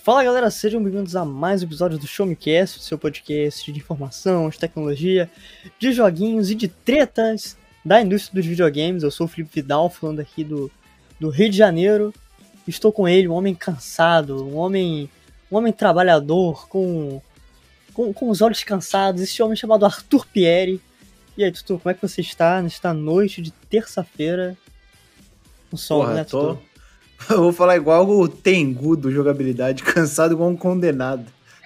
Fala galera, sejam bem-vindos a mais um episódio do Show Me Cast, seu podcast de informação, de tecnologia, de joguinhos e de tretas da indústria dos videogames. Eu sou o Felipe Vidal, falando aqui do Rio de Janeiro. Estou com ele, um homem cansado, um homem trabalhador, com os olhos cansados, esse homem chamado Arthur Pieri. E aí, Tutu, como é que você está nesta noite de terça-feira? Um sono, né, Tutu? Eu vou falar igual o Tengu do Jogabilidade, cansado igual um condenado.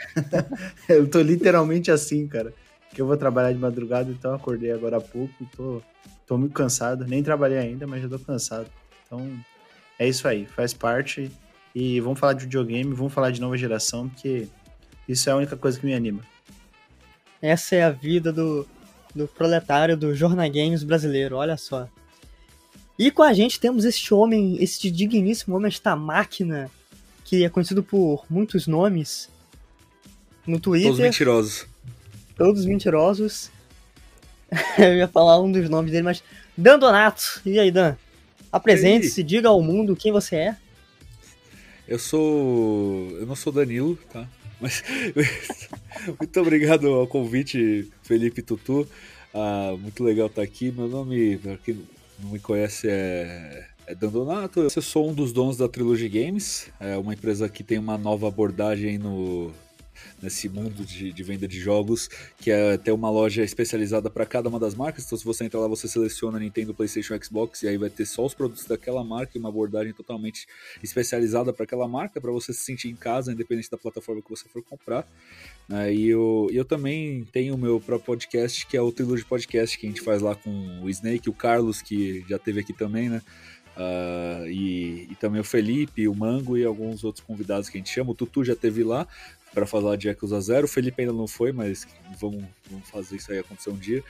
Eu tô literalmente assim, cara. Porque eu vou trabalhar de madrugada, então eu acordei agora há pouco. Tô muito cansado. Nem trabalhei ainda, mas já tô cansado. Então, é isso aí. Faz parte. E vamos falar de videogame, vamos falar de nova geração, porque isso é a única coisa que me anima. Essa é a vida do proletário do Jornal Games brasileiro, olha só. E com a gente temos este homem, este digníssimo homem, esta máquina, que é conhecido por muitos nomes no Twitter. Todos mentirosos. Todos mentirosos. Eu ia falar um dos nomes dele, mas Dan Donato. E aí, Dan? Apresente-se, diga ao mundo quem você é. Eu não sou Danilo, tá? Mas muito obrigado ao convite, Felipe e Tutu. Muito legal estar aqui. Meu nome, para quem não me conhece, é Dan Donato. Eu sou um dos donos da Trilogy Games, é uma empresa que tem uma nova abordagem nesse mundo de venda de jogos, que é ter uma loja especializada para cada uma das marcas. Então, se você entrar lá, você seleciona Nintendo, PlayStation, Xbox, e aí vai ter só os produtos daquela marca e uma abordagem totalmente especializada para aquela marca, para você se sentir em casa, independente da plataforma que você for comprar. E eu também tenho o meu próprio podcast, que é o Trilogy Podcast, que a gente faz lá com o Snake, o Carlos, que já esteve aqui também, né? E também o Felipe, o Mango e alguns outros convidados que a gente chama. O Tutu já esteve lá para falar de Yakuza 0. O Felipe ainda não foi, mas vamos fazer isso aí acontecer um dia.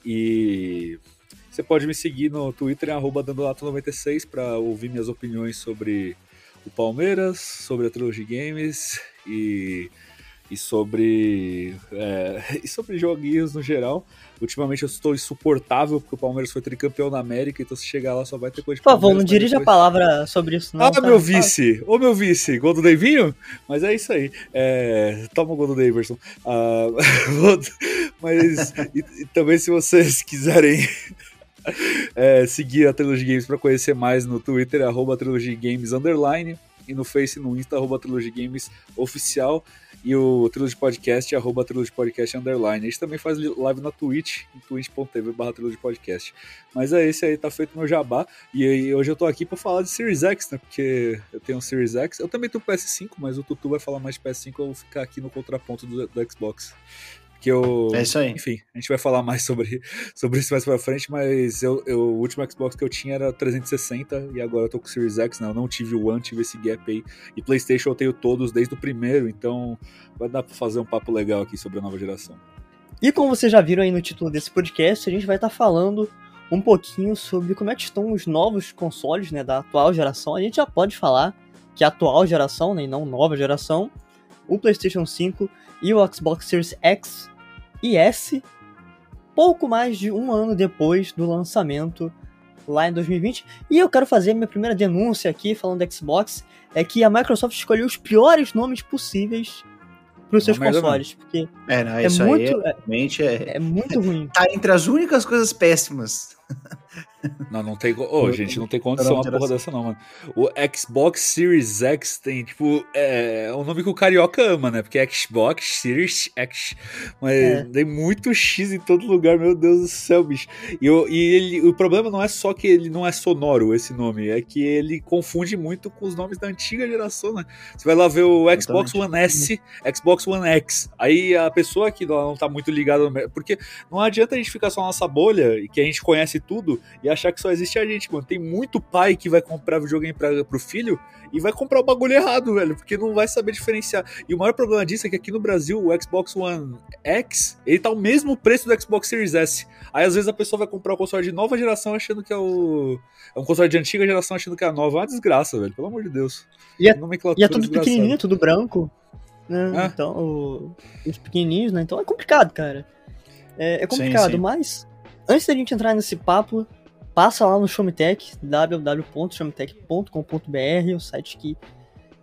E você pode me seguir no Twitter em @dandonato96 para ouvir minhas opiniões sobre o Palmeiras, sobre a Trilogy Games e sobre joguinhos no geral. Ultimamente eu estou insuportável porque o Palmeiras foi tricampeão na América, então se chegar lá só vai ter coisa de Por favor, não dirija a palavra sobre isso não. Meu vice, gol do Davinho? Mas é isso aí, toma o gol do Daverson. Mas e também, se vocês quiserem seguir a Trilogy Games para conhecer mais, no Twitter @trilogygames_, e no Face, no Insta, @trilogygamesoficial, e o Trilogy Podcast, @trilogypodcast_. A gente também faz live na Twitch, em twitch.tv/trilogypodcast. Mas esse aí, tá feito meu jabá, e hoje eu tô aqui pra falar de Series X, né, porque eu tenho um Series X, eu também tenho um PS5, mas o Tutu vai falar mais de PS5, eu vou ficar aqui no contraponto do Xbox. É isso aí. Enfim, a gente vai falar mais sobre isso mais pra frente, mas o último Xbox que eu tinha era 360 e agora eu tô com o Series X, né? Eu não tive o One, tive esse gap aí. E PlayStation eu tenho todos desde o primeiro, então vai dar pra fazer um papo legal aqui sobre a nova geração. E como vocês já viram aí no título desse podcast, a gente vai estar falando um pouquinho sobre como é que estão os novos consoles, né, da atual geração. A gente já pode falar que a atual geração, né, e não nova geração, o PlayStation 5 e o Xbox Series X e S, pouco mais de um ano depois do lançamento, lá em 2020. E eu quero fazer minha primeira denúncia aqui, falando do Xbox, é que a Microsoft escolheu os piores nomes possíveis para os seus consoles, porque é muito ruim. Tá entre as únicas coisas péssimas. Não tem. Gente, não tem condição uma porra dessa, não, mano. O Xbox Series X tem, tipo, é um nome que o carioca ama, né? Porque é Xbox Series X. Mas tem muito X em todo lugar, meu Deus do céu, bicho. O problema não é só que ele não é sonoro, esse nome, é que ele confunde muito com os nomes da antiga geração, né? Você vai lá ver o Xbox One S, Xbox One X. Aí a pessoa que não tá muito ligada, porque não adianta a gente ficar só nessa bolha e que a gente conhece tudo e achar que só existe a gente, mano. Tem muito pai que vai comprar videogame pro filho e vai comprar o bagulho errado, velho, porque não vai saber diferenciar. E o maior problema disso é que aqui no Brasil o Xbox One X, ele tá o mesmo preço do Xbox Series S. Aí às vezes a pessoa vai comprar o console de nova geração achando que é um console de antiga geração achando que é a nova. É uma desgraça, velho, pelo amor de Deus. E é tudo pequenininho, tudo branco, né? Então, os pequenininhos, né? Então é complicado, cara. É complicado, sim. Mas antes da gente entrar nesse papo, passa lá no Showmetech, www.showmetech.com.br, o site que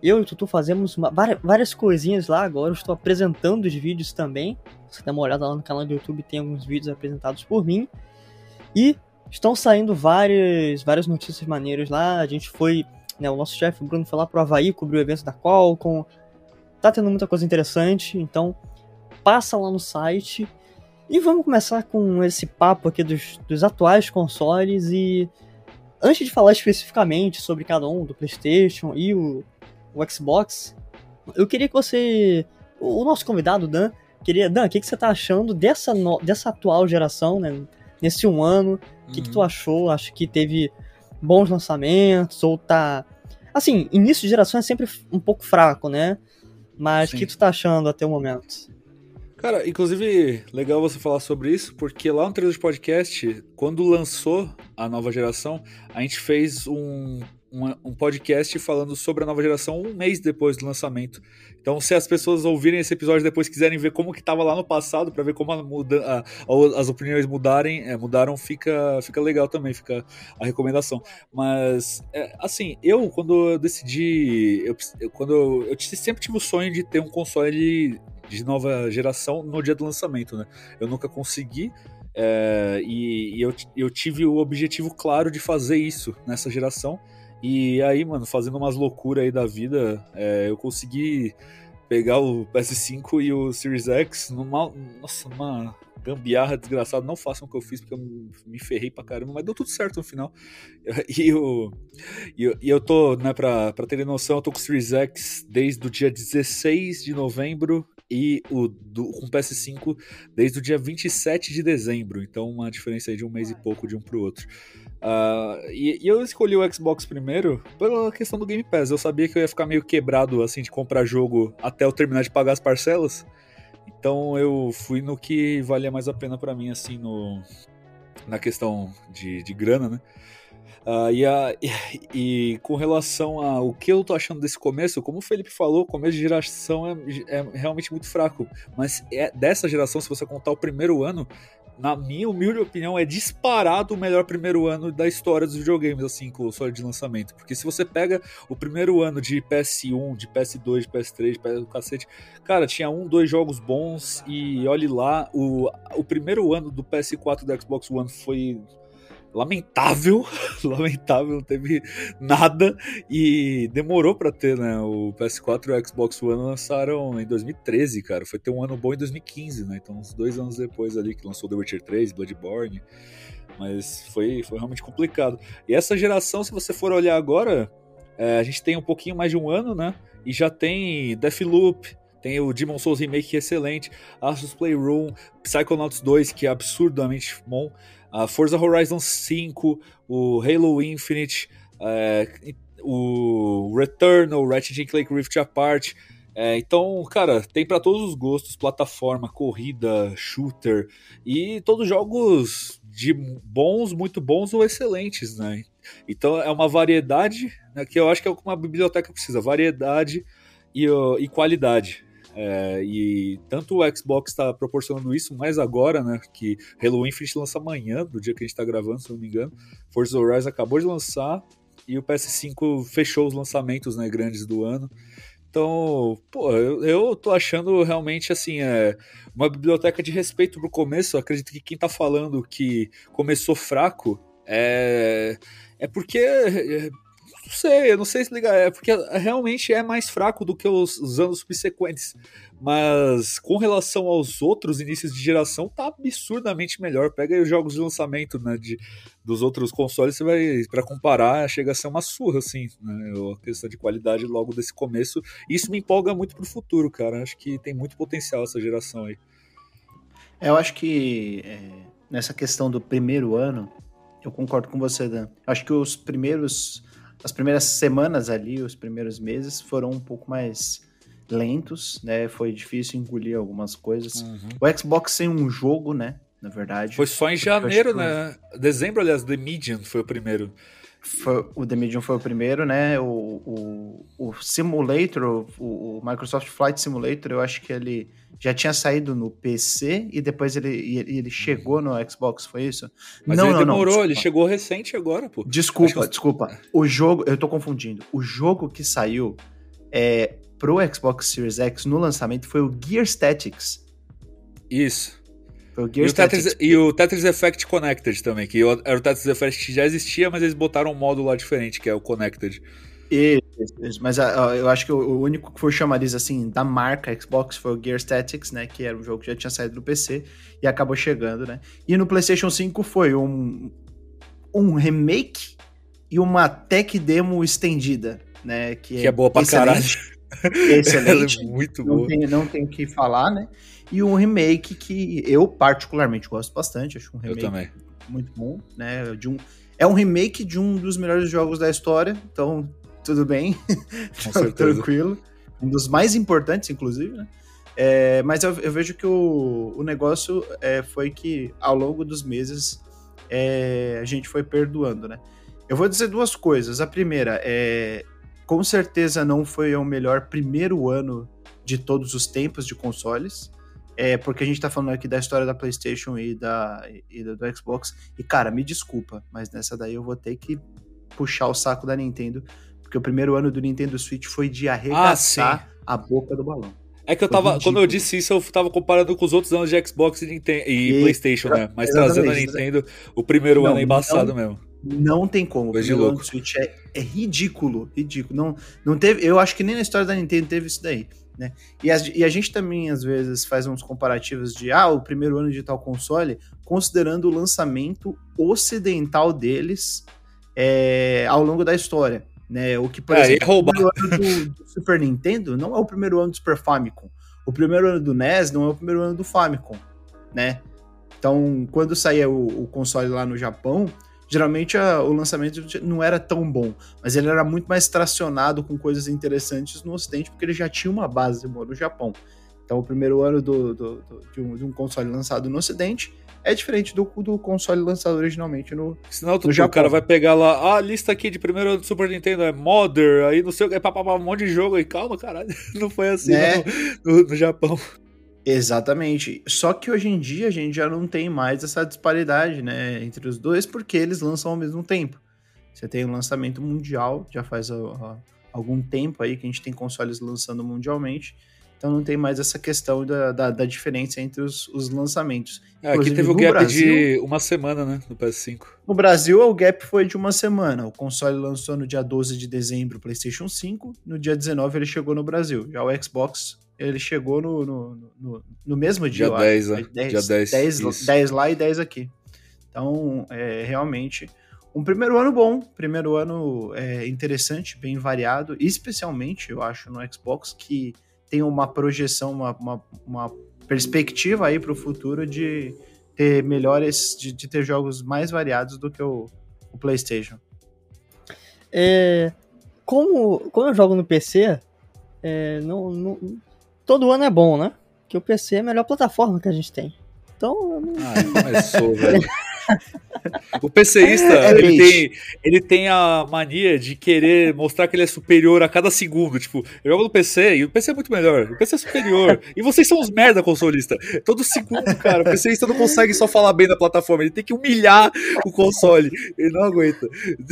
eu e o Tutu fazemos várias coisinhas lá. Agora eu estou apresentando os vídeos também. Você dá uma olhada lá no canal do YouTube, tem alguns vídeos apresentados por mim. E estão saindo várias notícias maneiras lá. A gente foi, né, o nosso chefe, o Bruno, foi lá pro Havaí, cobriu o evento da Qualcomm. Tá tendo muita coisa interessante, então passa lá no site. E vamos começar com esse papo aqui dos atuais consoles. E antes de falar especificamente sobre cada um, do PlayStation e o Xbox, eu queria que você, o nosso convidado, Dan, o que você tá achando dessa atual geração, né? Nesse um ano, o que tu achou? Acho que teve bons lançamentos, ou tá... Assim, início de geração é sempre um pouco fraco, né? Mas o que tu tá achando até o momento? Cara, inclusive, legal você falar sobre isso, porque lá no trailer de podcast, quando lançou a nova geração, a gente fez um podcast falando sobre a nova geração um mês depois do lançamento. Então, se as pessoas ouvirem esse episódio depois quiserem ver como que tava lá no passado, para ver como as opiniões mudaram, fica legal também, fica a recomendação. Mas, assim, quando eu decidi, eu sempre tive o sonho de ter um console de nova geração no dia do lançamento, né? Eu nunca consegui, e eu tive o objetivo claro de fazer isso nessa geração. E aí, mano, fazendo umas loucuras aí da vida, eu consegui pegar o PS5 e o Series X numa gambiarra desgraçada. Não façam o que eu fiz, porque eu me ferrei pra caramba, mas deu tudo certo no final. E eu tô, né, pra ter noção, eu tô com o Series X desde o dia 16 de novembro e com o PS5 desde o dia 27 de dezembro. Então, uma diferença aí de um mês e pouco de um pro outro. E eu escolhi o Xbox primeiro pela questão do Game Pass. Eu sabia que eu ia ficar meio quebrado assim de comprar jogo até eu terminar de pagar as parcelas. Então eu fui no que valia mais a pena pra mim, assim, na questão de grana, né? E com relação ao que eu tô achando desse começo, como o Felipe falou, o começo de geração é realmente muito fraco. Mas dessa geração, se você contar o primeiro ano, na minha humilde opinião, é disparado o melhor primeiro ano da história dos videogames, assim, com o console de lançamento. Porque se você pega o primeiro ano de PS1, de PS2, de PS3, de cacete, cara, tinha 2 jogos bons, e olhe lá, o primeiro ano do PS4 e do Xbox One foi lamentável, não teve nada, e demorou pra ter, né? O PS4 e o Xbox One lançaram em 2013, cara. Foi ter um ano bom em 2015, né? Então, uns 2 anos depois ali que lançou The Witcher 3, Bloodborne. Mas foi realmente complicado. E essa geração, se você for olhar agora, a gente tem um pouquinho mais de um ano, né? E já tem Deathloop, tem o Demon's Souls Remake, que é excelente, Astro's Playroom, Psychonauts 2, que é absurdamente bom, a Forza Horizon 5, o Halo Infinite, o Returnal, Ratchet & Clank Rift Apart. Então, cara, tem pra todos os gostos, plataforma, corrida, shooter, e todos jogos de bons, muito bons ou excelentes, né? Então é uma variedade, né, que eu acho que é o que uma biblioteca precisa, variedade e qualidade. E tanto o Xbox está proporcionando isso, mas agora, né, que Halo Infinite lança amanhã, do dia que a gente está gravando, se não me engano, Forza Horizon acabou de lançar, e o PS5 fechou os lançamentos, né, grandes do ano. Então, pô, eu tô achando realmente, assim, uma biblioteca de respeito pro começo. Eu acredito que quem tá falando que começou fraco é porque... eu não sei se ligar, é porque realmente é mais fraco do que os anos subsequentes, mas com relação aos outros inícios de geração, tá absurdamente melhor. Pega aí os jogos de lançamento, né, dos outros consoles, você vai, pra comparar, chega a ser uma surra, assim, né, a questão de qualidade logo desse começo. Isso me empolga muito pro futuro, cara. Acho que tem muito potencial essa geração aí. Eu acho que nessa questão do primeiro ano, eu concordo com você, Dan. Acho que as primeiras semanas ali, os primeiros meses foram um pouco mais lentos, né? Foi difícil engolir algumas coisas. Uhum. O Xbox tem um jogo, né? Na verdade. Foi só em janeiro, né? Dezembro, aliás, The Medium foi o primeiro. O The Medium foi o primeiro, né? O Simulator, o Microsoft Flight Simulator, eu acho que ele já tinha saído no PC e depois ele chegou no Xbox, foi isso? Mas ele demorou, ele chegou recente agora, pô. Desculpa. O jogo, eu tô confundindo. O jogo que saiu pro Xbox Series X no lançamento foi o Gear Tactics. Isso. Foi o Gear Tactics. E o Tetris Effect Connected também, que era o Tetris Effect que já existia, mas eles botaram um modo lá diferente, que é o Connected. Isso. Mas eu acho que o único que foi chamariz assim da marca Xbox foi o Gear Tactics, né? Que era um jogo que já tinha saído do PC e acabou chegando, né? E no PlayStation 5 foi um remake e uma tech demo estendida, né? Que é boa pra caralho. É excelente. Ela é muito boa. Não tem o que falar, né? E um remake que eu particularmente gosto bastante. Acho um remake muito bom, né? É um remake de um dos melhores jogos da história, então tudo bem, tranquilo. Um dos mais importantes, inclusive, né? Mas eu vejo que o negócio foi que ao longo dos meses a gente foi perdoando, né? Eu vou dizer duas coisas. A primeira com certeza não foi o melhor primeiro ano de todos os tempos de consoles, porque a gente tá falando aqui da história da PlayStation e do Xbox, e cara, me desculpa, mas nessa daí eu vou ter que puxar o saco da Nintendo, porque o primeiro ano do Nintendo Switch foi de arregaçar a boca do balão. É que quando eu disse isso, eu tava comparando com os outros anos de Xbox e PlayStation, né? Mas trazendo a Nintendo, o primeiro ano é embaçado mesmo. Não tem como. O primeiro ano do Switch é ridículo. Não teve, eu acho que nem na história da Nintendo teve isso daí, né? E a gente também, às vezes, faz uns comparativos de o primeiro ano de tal console, considerando o lançamento ocidental deles ao longo da história, né? O que, por exemplo, o primeiro ano do Super Nintendo não é o primeiro ano do Super Famicom. O primeiro ano do NES não é o primeiro ano do Famicom, né? Então, quando saía o console lá no Japão, geralmente o lançamento não era tão bom, mas ele era muito mais tracionado com coisas interessantes no Ocidente, porque ele já tinha uma base no Japão. Então, o primeiro ano de um console lançado no Ocidente é diferente do console lançado originalmente no Japão. O cara vai pegar lá, a lista aqui de primeiro ano do Super Nintendo é Modern, aí não sei o que, um monte de jogo aí, calma, caralho, não foi assim no Japão. Exatamente. Só que hoje em dia a gente já não tem mais essa disparidade, né, entre os dois, porque eles lançam ao mesmo tempo. Você tem um lançamento mundial, já faz algum tempo aí que a gente tem consoles lançando mundialmente, então não tem mais essa questão da diferença entre os lançamentos. Aqui teve o gap de uma semana, né, no PS5. No Brasil, o gap foi de uma semana. O console lançou no dia 12 de dezembro o PlayStation 5, no dia 19 ele chegou no Brasil. Já o Xbox, ele chegou no mesmo dia. Dia 10, né? Dia 10 lá e 10 aqui. Então, realmente, um primeiro ano bom, primeiro ano interessante, bem variado, especialmente, eu acho, no Xbox, que tem uma projeção, uma perspectiva aí para o futuro de ter melhores, de ter jogos mais variados do que o PlayStation. Como eu jogo no PC, todo ano é bom, né? Porque o PC é a melhor plataforma que a gente tem. Então... começou, velho. O PCista, ele tem a mania de querer mostrar que ele é superior a cada segundo. Tipo, eu jogo no PC e o PC é muito melhor. O PC é superior. E vocês são os merda consolista. Todo segundo, cara, o PCista não consegue só falar bem da plataforma. Ele tem que humilhar o console. Ele não aguenta.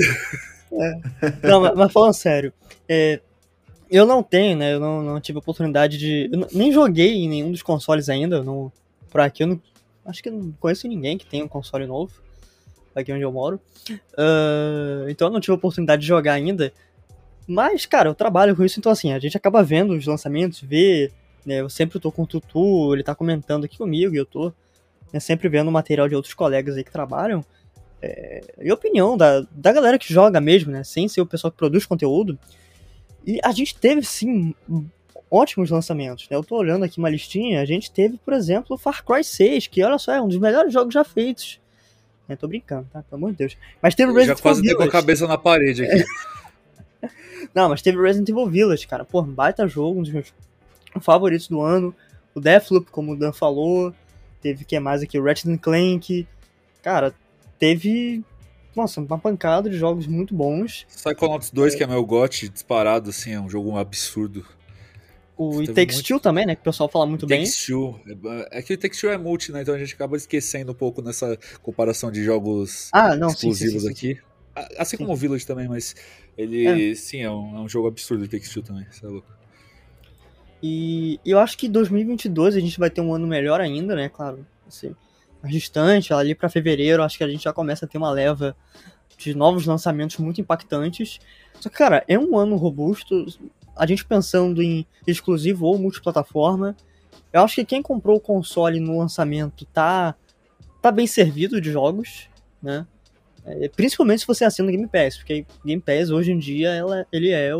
Não, mas falando sério, eu não tenho, né? Eu não tive oportunidade de... Eu nem joguei em nenhum dos consoles ainda. Por aqui eu não... Acho que eu não conheço ninguém que tenha um console novo, aqui onde eu moro. Então eu não tive a oportunidade de jogar ainda. Mas, cara, eu trabalho com isso, então assim, a gente acaba vendo os lançamentos, né, eu sempre tô com o Tutu, ele tá comentando aqui comigo, e eu tô sempre vendo material de outros colegas aí que trabalham. E opinião da galera que joga mesmo, né, sem ser o pessoal que produz conteúdo. E a gente teve, sim, ótimos lançamentos, né? Eu tô olhando aqui uma listinha, a gente teve, por exemplo, o Far Cry 6, que, olha só, é um dos melhores jogos já feitos. Tô brincando, tá? Pelo amor de Deus. Mas teve Resident Evil Village. Já quase dei com a cabeça na parede aqui. Não, mas teve Resident Evil Village, cara. Pô, baita jogo, um dos meus favoritos do ano. O Deathloop, como o Dan falou. Teve, que mais aqui? O Ratchet & Clank. Cara, teve... Nossa, uma pancada de jogos muito bons. Psychonauts 2, que é meu GOT disparado, assim, é um jogo absurdo. O It Takes Two também, né? Que o pessoal fala muito bem. É que o It Takes Two é multi, né? Então a gente acaba esquecendo um pouco nessa comparação de jogos exclusivos aqui. Assim Sim. como o Village também, mas É. ele, sim, é um jogo absurdo de Take-Two também, isso é louco. E eu acho que 2022 a gente vai ter um ano melhor ainda, né? Claro, assim, mais distante, ali pra fevereiro, acho que a gente já começa a ter uma leva de novos lançamentos muito impactantes. Só que, cara, é um ano robusto. A gente pensando em exclusivo ou multiplataforma, eu acho que quem comprou o console no lançamento tá bem servido de jogos, né? Principalmente se você assina o Game Pass, porque Game Pass hoje em dia ele é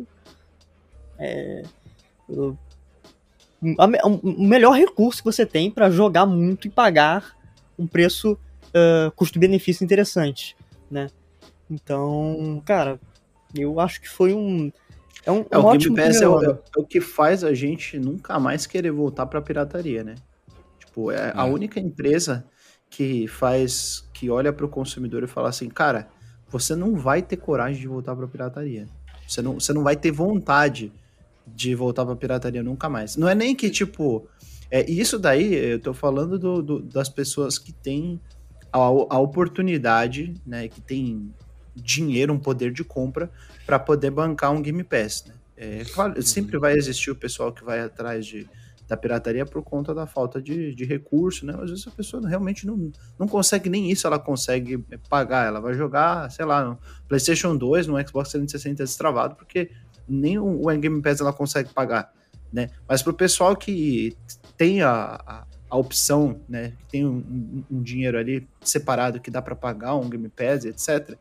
o o melhor recurso que você tem para jogar muito e pagar um preço custo-benefício interessante, né? Então, cara, eu acho que foi um O Game ótimo Pass primeiro ano. é o que faz a gente nunca mais querer voltar pra pirataria, né? Tipo, é a única empresa que olha pro consumidor e fala assim, cara, você não vai ter coragem de voltar pra pirataria. Você não vai ter vontade de voltar pra pirataria nunca mais. Não é nem que, tipo, isso daí, eu tô falando das pessoas que têm a oportunidade, né, que tem dinheiro, um poder de compra para poder bancar um Game Pass, né? Claro, sempre vai existir o pessoal que vai atrás da pirataria por conta da falta de recurso, né? Às vezes a pessoa realmente não consegue nem isso, ela consegue pagar, ela vai jogar, sei lá, no PlayStation 2, no Xbox 360 destravado, porque nem o Game Pass ela consegue pagar, né? Mas pro pessoal que tem a opção, né, que tem um dinheiro ali separado que dá para pagar um Game Pass, etc.,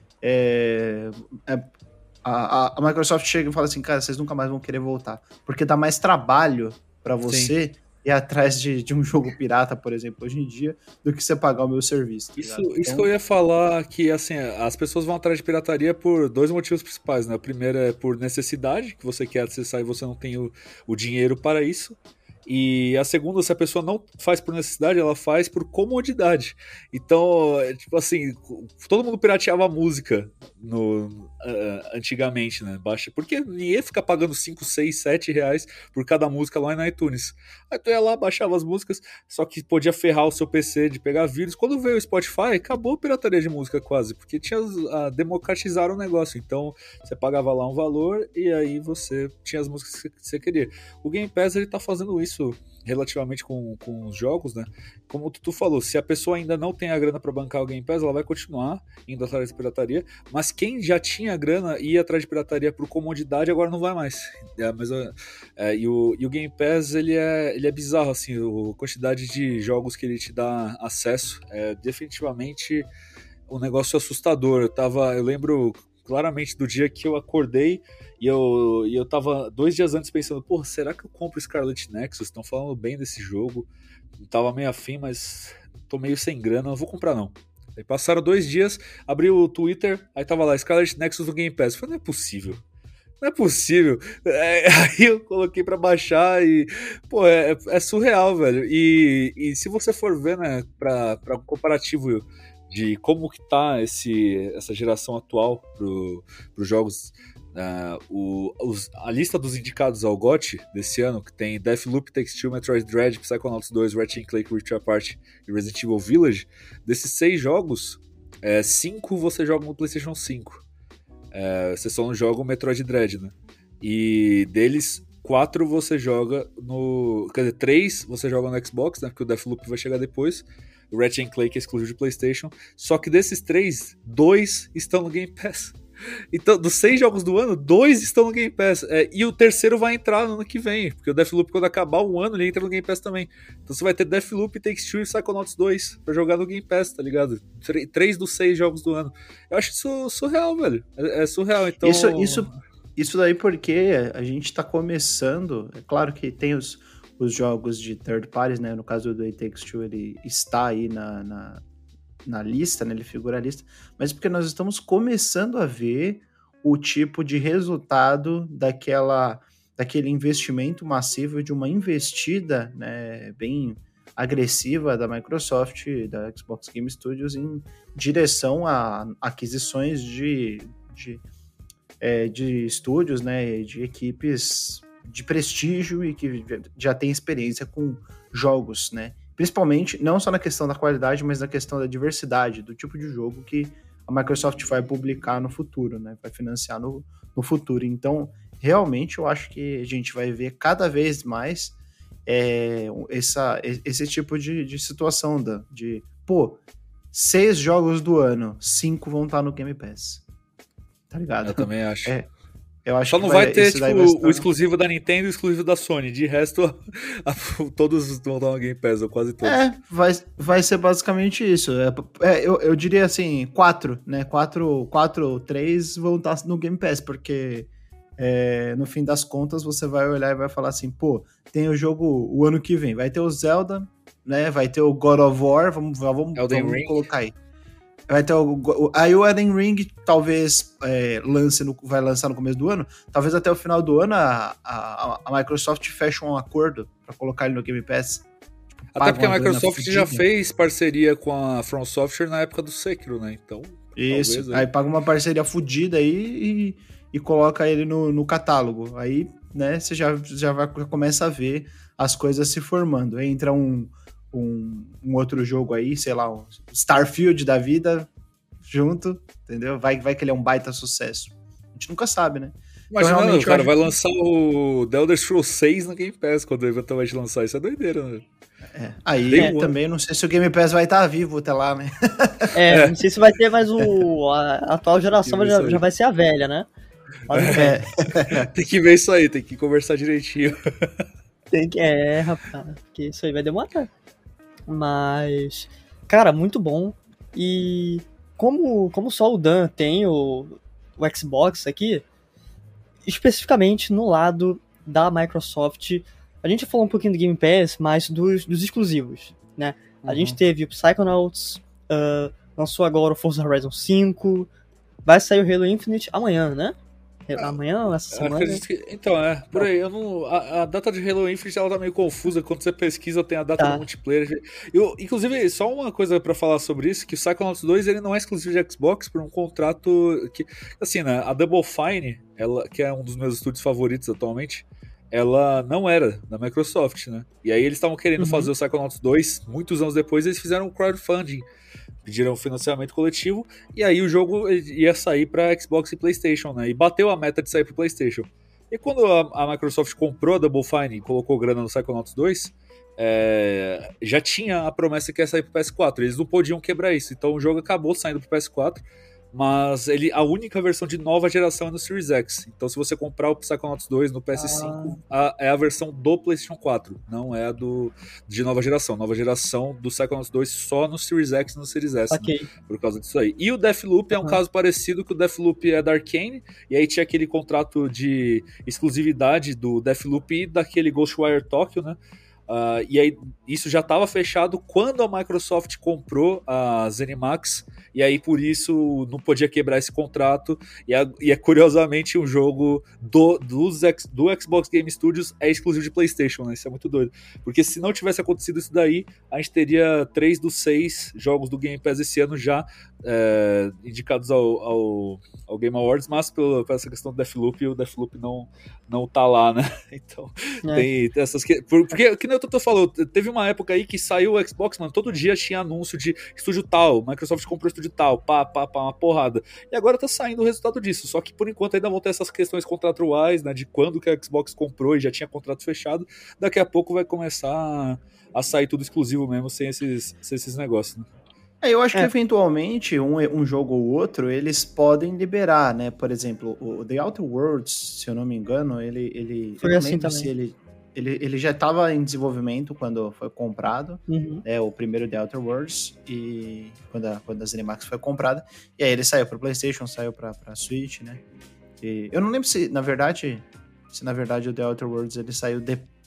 a Microsoft chega e fala assim, cara, vocês nunca mais vão querer voltar, porque dá mais trabalho para você ir atrás de um jogo pirata, por exemplo, hoje em dia, do que você pagar o meu serviço. Tá Isso, ligado? isso que eu ia falar, que assim, as pessoas vão atrás de pirataria por dois motivos principais, né? O primeiro é por necessidade, que você quer acessar e você não tem o dinheiro para isso. E a segunda, se a pessoa não faz por necessidade, ela faz por comodidade. Então, tipo assim, todo mundo pirateava música antigamente, né? Baixa, porque ninguém fica pagando 5, 6, 7 reais por cada música lá no iTunes. Aí tu ia lá, baixava as músicas, só que podia ferrar o seu PC de pegar vírus. Quando veio o Spotify, acabou a pirataria de música quase, porque democratizaram o negócio. Então, você pagava lá um valor e aí você tinha as músicas que você queria. O Game Pass, ele tá fazendo isso relativamente com os jogos, né? Como tu falou, se a pessoa ainda não tem a grana para bancar o Game Pass, ela vai continuar indo atrás de pirataria, mas quem já tinha grana e ia atrás de pirataria por comodidade, agora não vai mais. E o Game Pass, ele é bizarro, assim, a quantidade de jogos que ele te dá acesso é definitivamente um negócio assustador. Eu lembro claramente do dia que eu acordei e eu tava 2 dias antes pensando, pô, será que eu compro Scarlet Nexus? Estão falando bem desse jogo. Eu tava meio afim, mas tô meio sem grana, não vou comprar não. Aí passaram 2 dias, abri o Twitter, aí tava lá, Scarlet Nexus no Game Pass. Eu falei, não é possível. Não é possível. Aí eu coloquei pra baixar e, pô, é surreal, velho. E se você for ver, né, pra um comparativo de como que tá essa geração atual pros jogos, a lista dos indicados ao GOTY desse ano, que tem Deathloop, Take-Two, Metroid Dread, Psychonauts 2, Ratchet & Clank Rift Apart e Resident Evil Village, desses 6 jogos, 5 você joga no PlayStation 5. Você só não joga o Metroid Dread, né? E deles, 4 você joga no... Quer dizer, 3 você joga no Xbox, né? Porque o Deathloop vai chegar depois. O Ratchet & Clank é exclusivo de PlayStation. Só que desses 3, 2 estão no Game Pass. Então, dos 6 jogos do ano, 2 estão no Game Pass. E o terceiro vai entrar no ano que vem. Porque o Deathloop, quando acabar o ano, ele entra no Game Pass também. Então você vai ter Deathloop, Take-Two e Psychonauts 2 pra jogar no Game Pass, tá ligado? 3 dos 6 jogos do ano. Eu acho isso surreal, velho. É surreal, então... Isso daí porque a gente tá começando... É claro que tem os jogos de third parties, né? No caso do It Takes Two, ele está aí na lista, né? Ele figura na lista, mas porque nós estamos começando a ver o tipo de resultado daquele investimento massivo, de uma investida, né, bem agressiva da Microsoft, da Xbox Game Studios em direção a aquisições de estúdios, né, de equipes de prestígio e que já tem experiência com jogos, né? Principalmente, não só na questão da qualidade, mas na questão da diversidade, do tipo de jogo que a Microsoft vai publicar no futuro, né? Vai financiar no futuro. Então, realmente, eu acho que a gente vai ver cada vez mais esse tipo de situação de 6 jogos do ano, 5 vão estar no Game Pass. Tá ligado? Eu também acho. Eu acho Só que não vai ter, tipo, estar... o exclusivo da Nintendo e o exclusivo da Sony. De resto, todos vão estar no Game Pass, ou quase todos. Vai ser basicamente isso. Eu diria assim, 4, né? 4 ou 3 vão estar no Game Pass, porque no fim das contas você vai olhar e vai falar assim, tem o jogo o ano que vem, vai ter o Zelda, né? Vai ter o God of War, vamos colocar aí. Vai ter aí o Elden Ring talvez vai lançar no começo do ano, talvez até o final do ano a Microsoft feche um acordo para colocar ele no Game Pass. Até porque a Microsoft já fez parceria com a From Software na época do Sekiro, né? Então, isso, talvez, aí paga uma parceria fodida aí e coloca ele no catálogo. Aí, né, você já começa a ver as coisas se formando. Aí entra um outro jogo aí, sei lá, um Starfield da vida junto, entendeu? Vai que ele é um baita sucesso. A gente nunca sabe, né? Imagina, então, cara, vai lançar o The Elder Scrolls 6 no Game Pass quando eventualmente lançar. Isso é doideira, né? Aí também não sei se o Game Pass vai estar vivo até lá, né? Não sei se vai ter mais a atual geração, já vai ser a velha, né? Tem que ver isso aí, tem que conversar direitinho. Rapaz, porque isso aí vai demorar. Mas, cara, muito bom. E como só o Dan tem o Xbox aqui, especificamente no lado da Microsoft, a gente falou um pouquinho do Game Pass, mas dos exclusivos, né? A gente teve o Psychonauts, lançou agora o Forza Horizon 5, vai sair o Halo Infinite amanhã, né? Amanhã, essa semana. Então, por aí. A data de Halo Infinite ela tá meio confusa. Quando você pesquisa, tem a data do multiplayer. Inclusive, só uma coisa pra falar sobre isso: que o Psychonauts 2 ele não é exclusivo de Xbox por um contrato que. Assim, né? A Double Fine, que é um dos meus estúdios favoritos atualmente, ela não era da Microsoft, né? E aí eles estavam querendo fazer o Psychonauts 2, muitos anos depois eles fizeram um crowdfunding, pediram financiamento coletivo, e aí o jogo ia sair para Xbox e PlayStation, né? E bateu a meta de sair para PlayStation. E quando a Microsoft comprou a Double Fine e colocou grana no Psychonauts 2, já tinha a promessa que ia sair para PS4, eles não podiam quebrar isso, então o jogo acabou saindo para PS4, mas a única versão de nova geração é no Series X. Então se você comprar o Psychonauts 2 no PS5, é a versão do PlayStation 4, não é a de nova geração. Nova geração do Psychonauts 2 só no Series X e no Series S, okay, né? Por causa disso aí. E o Deathloop é um caso parecido, que o Deathloop é da Arcane, e aí tinha aquele contrato de exclusividade do Deathloop e daquele Ghostwire Tokyo, né? E aí isso já estava fechado quando a Microsoft comprou a ZeniMax, e aí por isso não podia quebrar esse contrato, e é curiosamente um jogo do Xbox Game Studios é exclusivo de PlayStation, né? Isso é muito doido, porque se não tivesse acontecido isso daí, a gente teria 3 dos 6 jogos do Game Pass esse ano já indicados ao Game Awards, mas por essa questão do Deathloop, o Deathloop não tá lá, né? Então tem essas porque que nem o Totô falou, teve uma época aí que saiu o Xbox, mano, todo dia tinha anúncio de estúdio tal, Microsoft comprou estúdio tal, uma porrada. E agora tá saindo o resultado disso, só que por enquanto ainda vão ter essas questões contratuais, né, de quando que a Xbox comprou e já tinha contrato fechado. Daqui a pouco vai começar a sair tudo exclusivo mesmo, sem esses negócios, né? Eu acho que eventualmente um jogo ou outro eles podem liberar, né? Por exemplo, o The Outer Worlds, se eu não me engano, ele foi assim também. Se ele já estava em desenvolvimento quando foi comprado, né? O primeiro The Outer Worlds, e quando a ZeniMax foi comprada, e aí ele saiu para PlayStation, saiu para Switch, né? E eu não lembro se na verdade o The Outer Worlds ele saiu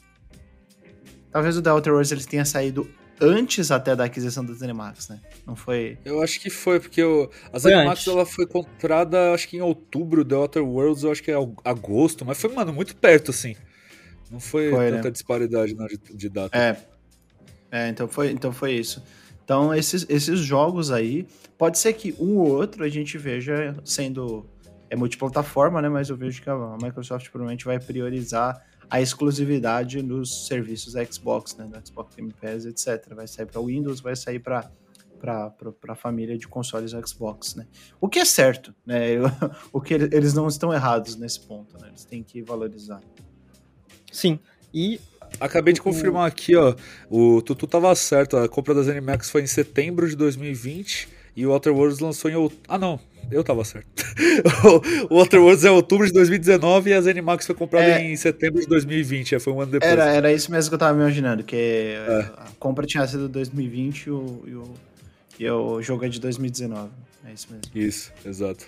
talvez o The Outer Worlds ele tenha saído antes até da aquisição da ZeniMax, né? Não foi... Eu acho que foi, porque a ZeniMax ela foi comprada, acho que em outubro, The Outer Worlds, eu acho que é agosto, mas foi, mano, muito perto, assim. Não foi tanta, né, disparidade de data. Então foi isso. Então esses jogos aí, pode ser que um ou outro a gente veja sendo multiplataforma, né? Mas eu vejo que a Microsoft provavelmente vai priorizar a exclusividade nos serviços Xbox, né? Do Xbox Game Pass, etc. Vai sair para Windows, vai sair para para a família de consoles Xbox, né? O que é certo, né? Eles não estão errados nesse ponto, né? Eles têm que valorizar. Sim, e... Acabei de confirmar aqui, ó, o Tutu tava certo, a compra das ZeniMax foi em setembro de 2020 e o Outer Worlds lançou em outubro. Ah, não, eu tava certo. O Outer Worlds é outubro de 2019 e a ZeniMax foi comprada em setembro de 2020, foi um ano depois. Era isso mesmo que eu tava me imaginando, que a compra tinha sido 2020 e o jogo é de 2019. É isso mesmo. Isso, exato.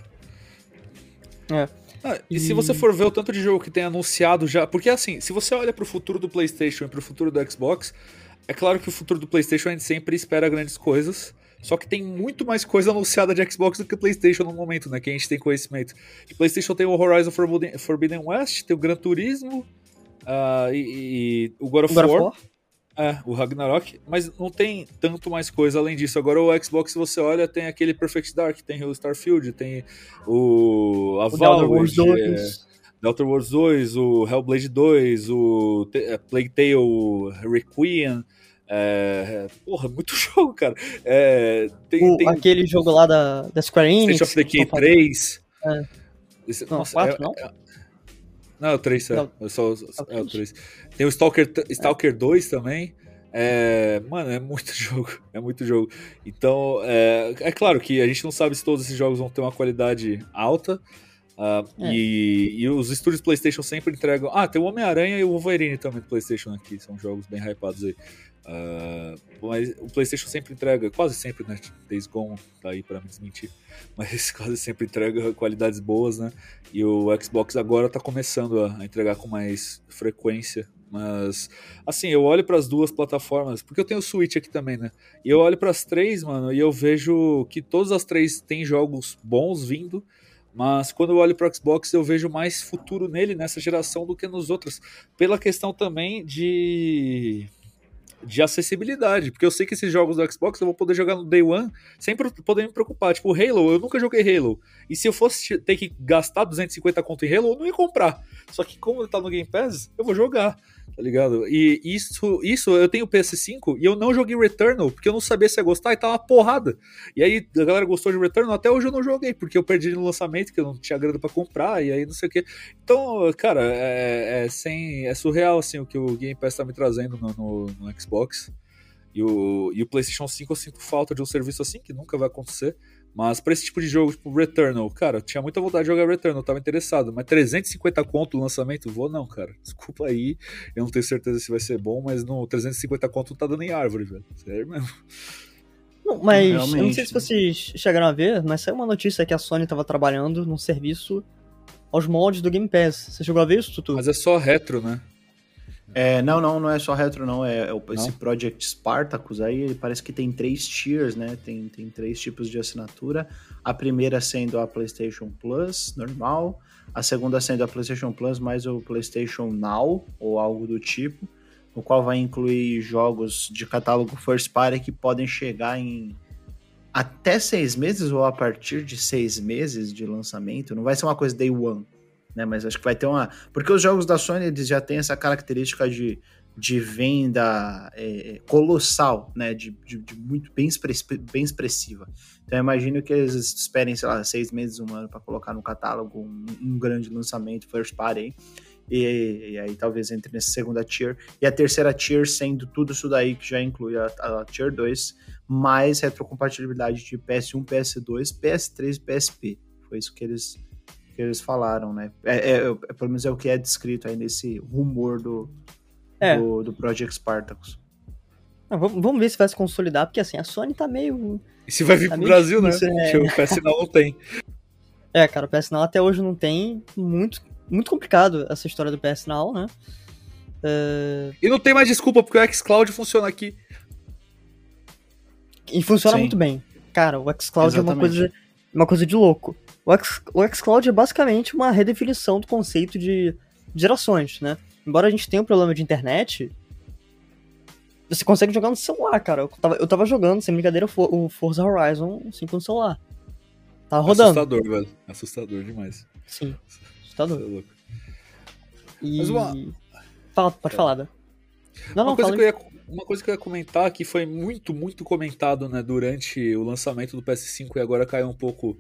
É. E se você for ver o tanto de jogo que tem anunciado já... Porque assim, se você olha pro futuro do PlayStation e pro futuro do Xbox, é claro que o futuro do PlayStation a gente sempre espera grandes coisas, só que tem muito mais coisa anunciada de Xbox do que o PlayStation no momento, né? Que a gente tem conhecimento. O PlayStation tem o Horizon Forbidden West, tem o Gran Turismo e o God of War. O Ragnarok, mas não tem tanto mais coisa além disso. Agora o Xbox, se você olha, tem aquele Perfect Dark, tem o Starfield, tem o Valve, The Outer Worlds 2, o Hellblade 2, o Plague Tale Requiem. Porra, muito jogo, cara. Tem aquele jogo lá da Square Enix. State of Decay 3. Nossa, 4, não? Não, é o 3, é o 3. Tem o Stalker 2 também. Mano, é muito jogo. Então, é claro que a gente não sabe se todos esses jogos vão ter uma qualidade alta. E os estúdios PlayStation sempre entregam. Tem o Homem-Aranha e o Wolverine também do PlayStation aqui. São jogos bem hypados aí. Mas o PlayStation sempre entrega, quase sempre, né? Days Gone tá aí pra me desmentir, mas quase sempre entrega qualidades boas, né? E o Xbox agora tá começando a entregar com mais frequência. Mas, assim, eu olho para as duas plataformas, porque eu tenho o Switch aqui também, né? E eu olho para as três, mano, e eu vejo que todas as três têm jogos bons vindo. Mas quando eu olho para o Xbox, eu vejo mais futuro nele, nessa geração, do que nos outros. Pela questão também de acessibilidade, porque eu sei que esses jogos do Xbox eu vou poder jogar no Day One sem poder me preocupar. Tipo, Halo, eu nunca joguei Halo. E se eu fosse ter que gastar 250 conto em Halo, eu não ia comprar. Só que como ele tá no Game Pass, eu vou jogar, tá ligado? E isso eu tenho o PS5 e eu não joguei Returnal, porque eu não sabia se ia gostar e tava uma porrada. E aí a galera gostou de Returnal, até hoje eu não joguei, porque eu perdi no lançamento, que eu não tinha grana pra comprar, e aí não sei o que. Então, cara, é surreal, assim, o que o Game Pass tá me trazendo no Xbox. E o PlayStation 5 eu sinto falta de um serviço assim, que nunca vai acontecer. Mas pra esse tipo de jogo, tipo Returnal, cara, eu tinha muita vontade de jogar Returnal, eu tava interessado, mas 350 conto no lançamento, vou não, cara. Desculpa aí, eu não tenho certeza se vai ser bom, mas no 350 conto não tá dando em árvore, velho. Sério mesmo. Não, mas realmente, eu não sei se vocês chegaram a ver, mas saiu uma notícia que a Sony tava trabalhando num serviço aos moldes do Game Pass. Você chegou a ver isso, Tutu? Mas é só retro, né? Não é só retro, não. Esse Project Spartacus aí, parece que tem 3 tiers, né? Tem 3 tipos de assinatura. A primeira sendo a PlayStation Plus, normal. A segunda sendo a PlayStation Plus mais o PlayStation Now, ou algo do tipo. No qual vai incluir jogos de catálogo First Party que podem chegar em até 6 meses ou a partir de 6 meses de lançamento. Não vai ser uma coisa Day One, né? Mas acho que vai ter uma... Porque os jogos da Sony, eles já têm essa característica de venda colossal, né? De muito bem expressiva. Então eu imagino que eles esperem, sei lá, 6 meses, 1 ano para colocar no catálogo um grande lançamento First Party. E aí talvez entre nessa segunda tier. E a terceira tier sendo tudo isso daí, que já inclui a tier 2, mais retrocompatibilidade de PS1, PS2, PS3 e PSP. Foi isso que eles falaram, né? Pelo menos é o que é descrito aí nesse rumor do Project Spartacus. Vamos ver se vai se consolidar, porque assim, a Sony tá meio... E se vai vir pro Brasil, difícil, né? Porque o PS não tem. Cara, o PS Now até hoje não tem. Muito complicado essa história do PS Now, né? E não tem mais desculpa, porque o xCloud funciona aqui. E funciona muito bem. Cara, o xCloud é uma coisa de louco. O xCloud é basicamente uma redefinição do conceito de gerações, né? Embora a gente tenha um problema de internet, você consegue jogar no celular, cara. Eu tava jogando, sem brincadeira, o Forza Horizon 5 no celular. Tava rodando. Assustador, velho. Assustador demais. Sim, assustador. Você é louco. E... Pode falar, né? Uma coisa que eu ia uma coisa que eu ia comentar, que foi muito, muito comentado, né, durante o lançamento do PS5 e agora caiu um pouco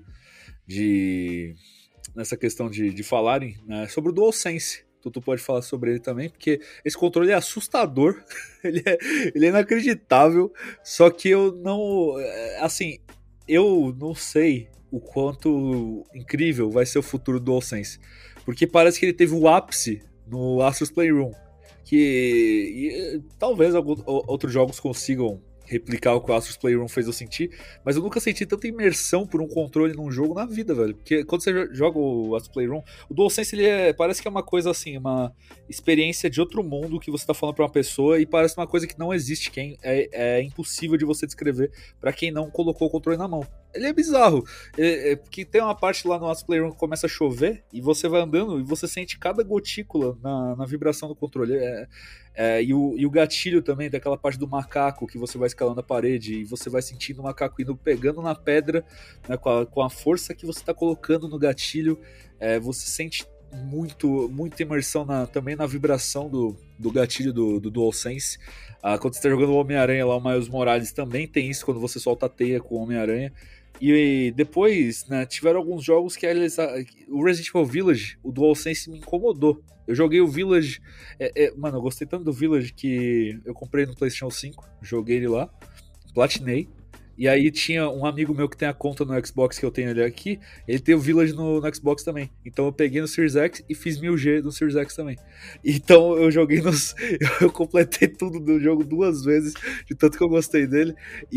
nessa questão de falarem, né, sobre o DualSense. Tu pode falar sobre ele também, porque esse controle é assustador, ele é inacreditável, só que eu não, assim, eu não sei o quanto incrível vai ser o futuro do DualSense, porque parece que ele teve o ápice no Astro's Playroom, talvez outros jogos consigam replicar o que o Astro's Playroom fez eu sentir, mas eu nunca senti tanta imersão por um controle num jogo na vida, velho. Porque quando você joga o Astro's Playroom, o DualSense parece que é uma coisa assim, uma experiência de outro mundo que você tá falando pra uma pessoa e parece uma coisa que não existe, que é impossível de você descrever pra quem não colocou o controle na mão. Ele é bizarro, porque tem uma parte lá no Astro's Playroom que começa a chover e você vai andando e você sente cada gotícula na vibração do controle. E o gatilho também, daquela parte do macaco que você vai escalando a parede e você vai sentindo o macaco indo pegando na pedra, né, com a força que você está colocando no gatilho. Você sente muita imersão também na vibração do gatilho do DualSense. Quando você está jogando o Homem-Aranha lá, o Miles Morales também tem isso quando você solta a teia com o Homem-Aranha. E depois, né, tiveram alguns jogos que o Resident Evil Village, o DualSense me incomodou. Eu joguei o Village, mano, eu gostei tanto do Village que eu comprei no PlayStation 5, joguei ele lá, platinei. E aí tinha um amigo meu que tem a conta no Xbox que eu tenho ele aqui, ele tem o Village no Xbox também. Então eu peguei no Series X e fiz 1000G no Series X também. Então eu joguei eu completei tudo do jogo 2 vezes, de tanto que eu gostei dele.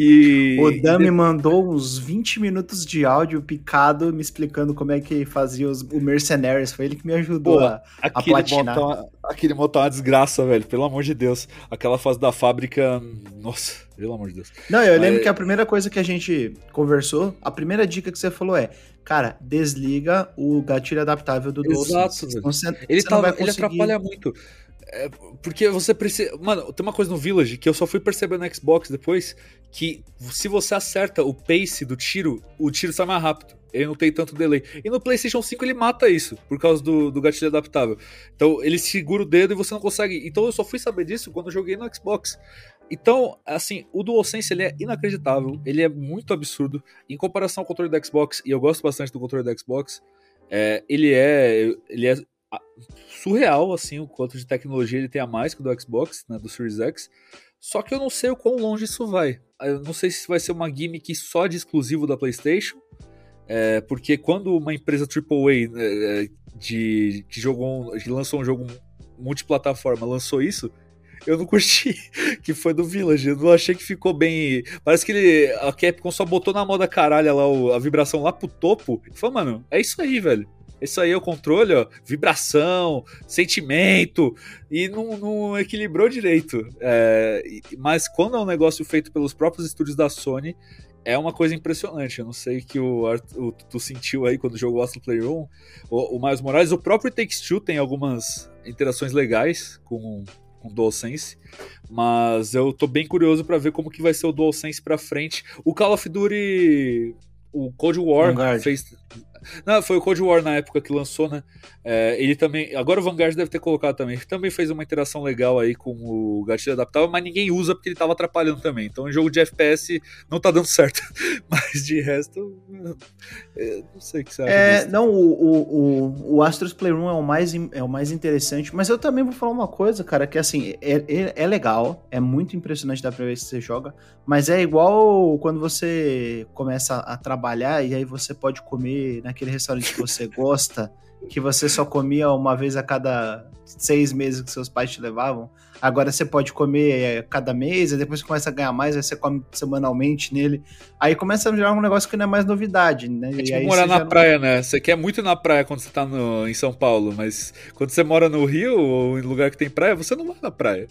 O Dan me mandou uns 20 minutos de áudio picado me explicando como é que fazia o Mercenaries. Foi ele que me ajudou a platinar. Aquele modo tá uma desgraça, velho, pelo amor de Deus. Aquela fase da fábrica, nossa, pelo amor de Deus. Não, eu lembro que a primeira coisa que a gente conversou, a primeira dica que você falou cara, desliga o gatilho adaptável do DualSense. Exato, velho. Ele atrapalha muito. Porque você precisa... Mano, tem uma coisa no Village que eu só fui perceber no Xbox depois, que se você acerta o pace do tiro, o tiro sai mais rápido. Ele não tem tanto delay. E no PlayStation 5 ele mata isso, por causa do gatilho adaptável. Então ele segura o dedo e você não consegue... Então eu só fui saber disso quando eu joguei no Xbox. Então, assim, o DualSense ele é inacreditável, ele é muito absurdo. Em comparação ao controle do Xbox, e eu gosto bastante do controle do Xbox, ele é surreal, assim, o quanto de tecnologia ele tem a mais que o do Xbox, né, do Series X. Só que eu não sei o quão longe isso vai. Eu não sei se vai ser uma gimmick só de exclusivo da PlayStation, porque quando uma empresa AAA que lançou um jogo multiplataforma lançou isso, eu não curti, que foi do Village. Eu não achei que ficou bem. Parece que a Capcom só botou na moda caralho lá a vibração lá pro topo e falou, mano, é isso aí, velho. Isso aí é o controle, ó, vibração, sentimento, e não equilibrou direito. Mas quando é um negócio feito pelos próprios estúdios da Sony, é uma coisa impressionante. Eu não sei o que tu sentiu aí quando jogou Astro Playroom, o Miles Morales. O próprio Takes-Two tem algumas interações legais com o DualSense, mas eu tô bem curioso pra ver como que vai ser o DualSense pra frente. O Call of Duty, o Cold War fez... Não, foi o Cold War na época que lançou, né? Ele também... Agora o Vanguard deve ter colocado também. Ele também fez uma interação legal aí com o gatilho adaptável, mas ninguém usa porque ele tava atrapalhando também. Então o jogo de FPS não tá dando certo. Mas de resto, eu não sei o que você acha disso. Não, o Astro's Playroom é o mais interessante, mas eu também vou falar uma coisa, cara, que assim, é legal, é muito impressionante da primeira vez que você joga, mas é igual quando você começa a trabalhar e aí você pode comer naquele restaurante que você gosta, que você só comia uma vez a cada 6 meses que seus pais te levavam. Agora você pode comer cada mês, aí depois você começa a ganhar mais, aí você come semanalmente nele. Aí começa a virar um negócio que não é mais novidade, né? É tipo morar na praia, né? Você quer muito ir na praia quando você tá em São Paulo, mas quando você mora no Rio ou em lugar que tem praia, você não vai na praia.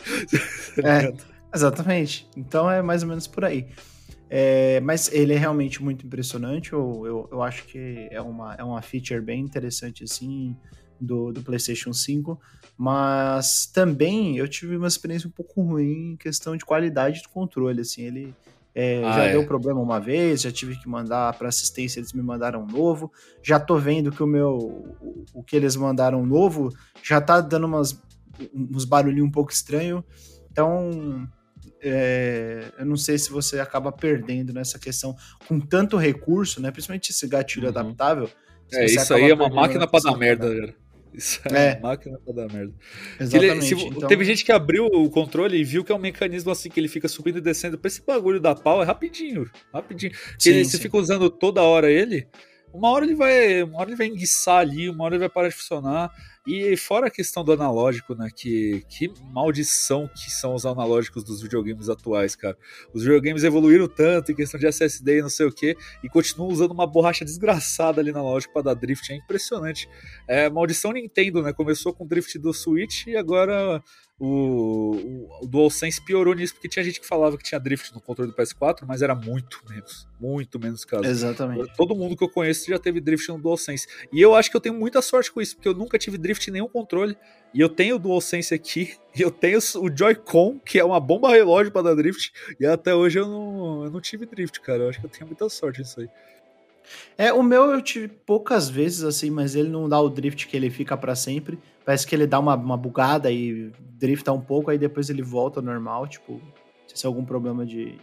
Exatamente. Então é mais ou menos por aí. Mas ele é realmente muito impressionante. Eu acho que é uma feature bem interessante assim do PlayStation 5, mas também eu tive uma experiência um pouco ruim em questão de qualidade do controle, assim, ele deu problema uma vez, já tive que mandar para assistência, eles me mandaram um novo, já tô vendo que o que eles mandaram novo já tá dando uns barulhinhos um pouco estranho, então eu não sei se você acaba perdendo nessa questão com tanto recurso, né? Principalmente esse gatilho adaptável. Isso aí é uma máquina pra dar merda, galera. Isso é uma máquina pra dar merda. Exatamente. Então... Teve gente que abriu o controle e viu que é um mecanismo assim, que ele fica subindo e descendo. Pra esse bagulho da pau é rapidinho. Você fica usando toda hora ele, uma hora ele vai enguiçar ali, uma hora ele vai parar de funcionar. E fora a questão do analógico, né? Que maldição que são os analógicos dos videogames atuais, cara. Os videogames evoluíram tanto em questão de SSD e não sei o que, e continuam usando uma borracha desgraçada ali na analógico pra dar drift. É impressionante. Maldição Nintendo, né? Começou com o drift do Switch e agora o DualSense piorou nisso, porque tinha gente que falava que tinha drift no controle do PS4, mas era muito menos caso. Exatamente. Todo mundo que eu conheço já teve drift no DualSense. E eu acho que eu tenho muita sorte com isso, porque eu nunca tive drift em nenhum controle. E eu tenho o DualSense aqui, e eu tenho o Joy-Con, que é uma bomba relógio pra dar drift, e até hoje eu não tive drift, cara. Eu acho que eu tenho muita sorte nisso aí. O meu eu tive poucas vezes, assim, mas ele não dá o drift que ele fica pra sempre. Parece que ele dá uma bugada e drifta um pouco, aí depois ele volta ao normal, tipo, se é algum problema de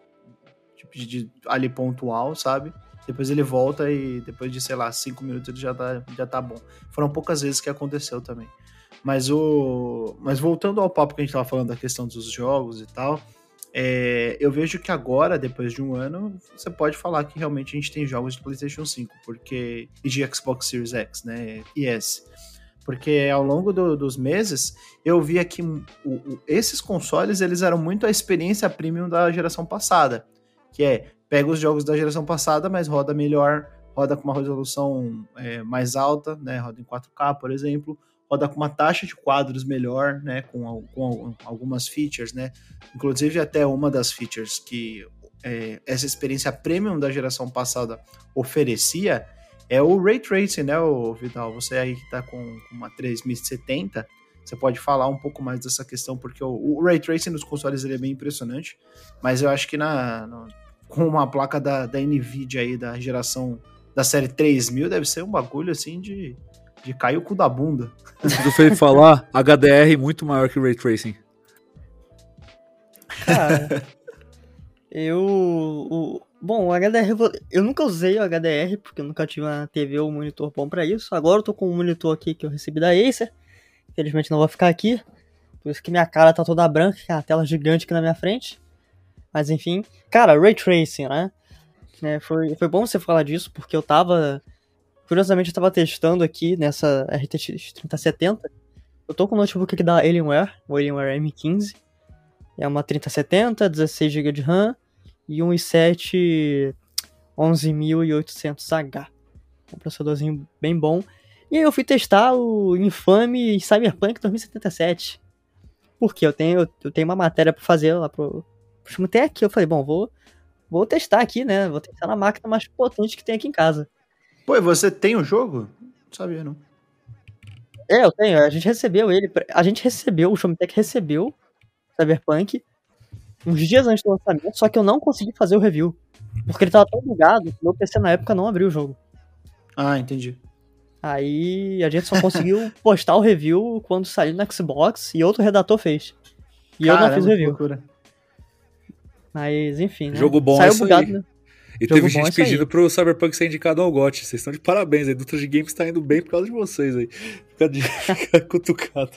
ali pontual, sabe? Depois ele volta e depois de, sei lá, 5 minutos ele já tá bom. Foram poucas vezes que aconteceu também. Mas voltando ao papo que a gente tava falando da questão dos jogos e tal, eu vejo que agora, depois de um ano, você pode falar que realmente a gente tem jogos de PlayStation 5, e de Xbox Series X, né, e S. Porque ao longo dos meses, eu vi que esses consoles, eles eram muito a experiência premium da geração passada, que pega os jogos da geração passada, mas roda melhor, roda com uma resolução mais alta, né, roda em 4K, por exemplo, roda com uma taxa de quadros melhor, né, com algumas features, né, inclusive até uma das features que essa experiência premium da geração passada oferecia é o Ray Tracing, né, Vidal? Você aí que tá com uma 3070, você pode falar um pouco mais dessa questão, porque o Ray Tracing nos consoles ele é bem impressionante, mas eu acho que com uma placa da NVIDIA aí, da geração da série 3000, deve ser um bagulho assim de cair o cu da bunda. Do Felipe falar, HDR muito maior que o Ray Tracing. Cara, Bom, o HDR, eu nunca usei o HDR, porque eu nunca tive uma TV ou um monitor bom pra isso. Agora eu tô com um monitor aqui que eu recebi da Acer. Infelizmente não vou ficar aqui. Por isso que minha cara tá toda branca, que é uma tela gigante aqui na minha frente. Mas enfim. Cara, Ray Tracing, né? Foi bom você falar disso, porque eu tava... Curiosamente eu tava testando aqui nessa RTX 3070. Eu tô com o notebook aqui da Alienware, o Alienware M15. É uma 3070, 16GB de RAM e um i7 11800H. Um processadorzinho bem bom. E aí eu fui testar o infame Cyberpunk 2077. Porque eu tenho uma matéria pra fazer lá pro Schmutec. Eu falei, bom, vou testar aqui, né? Vou testar na máquina mais potente que tem aqui em casa. Pô, e você tem o jogo? Não sabia, não. Eu tenho. A gente recebeu ele. O Schmutec recebeu Cyberpunk uns dias antes do lançamento, só que eu não consegui fazer o review. Porque ele tava tão bugado que meu PC na época não abriu o jogo. Ah, entendi. Aí a gente só conseguiu postar o review quando saiu no Xbox e outro redator fez. E eu não fiz o review. Loucura. Mas enfim, né? Jogo bom saiu é bugado, aí. né? E teve gente pedindo pro Cyberpunk ser indicado ao GOT. Vocês estão de parabéns. A indústria de games tá indo bem por causa de vocês aí. Fica cutucado.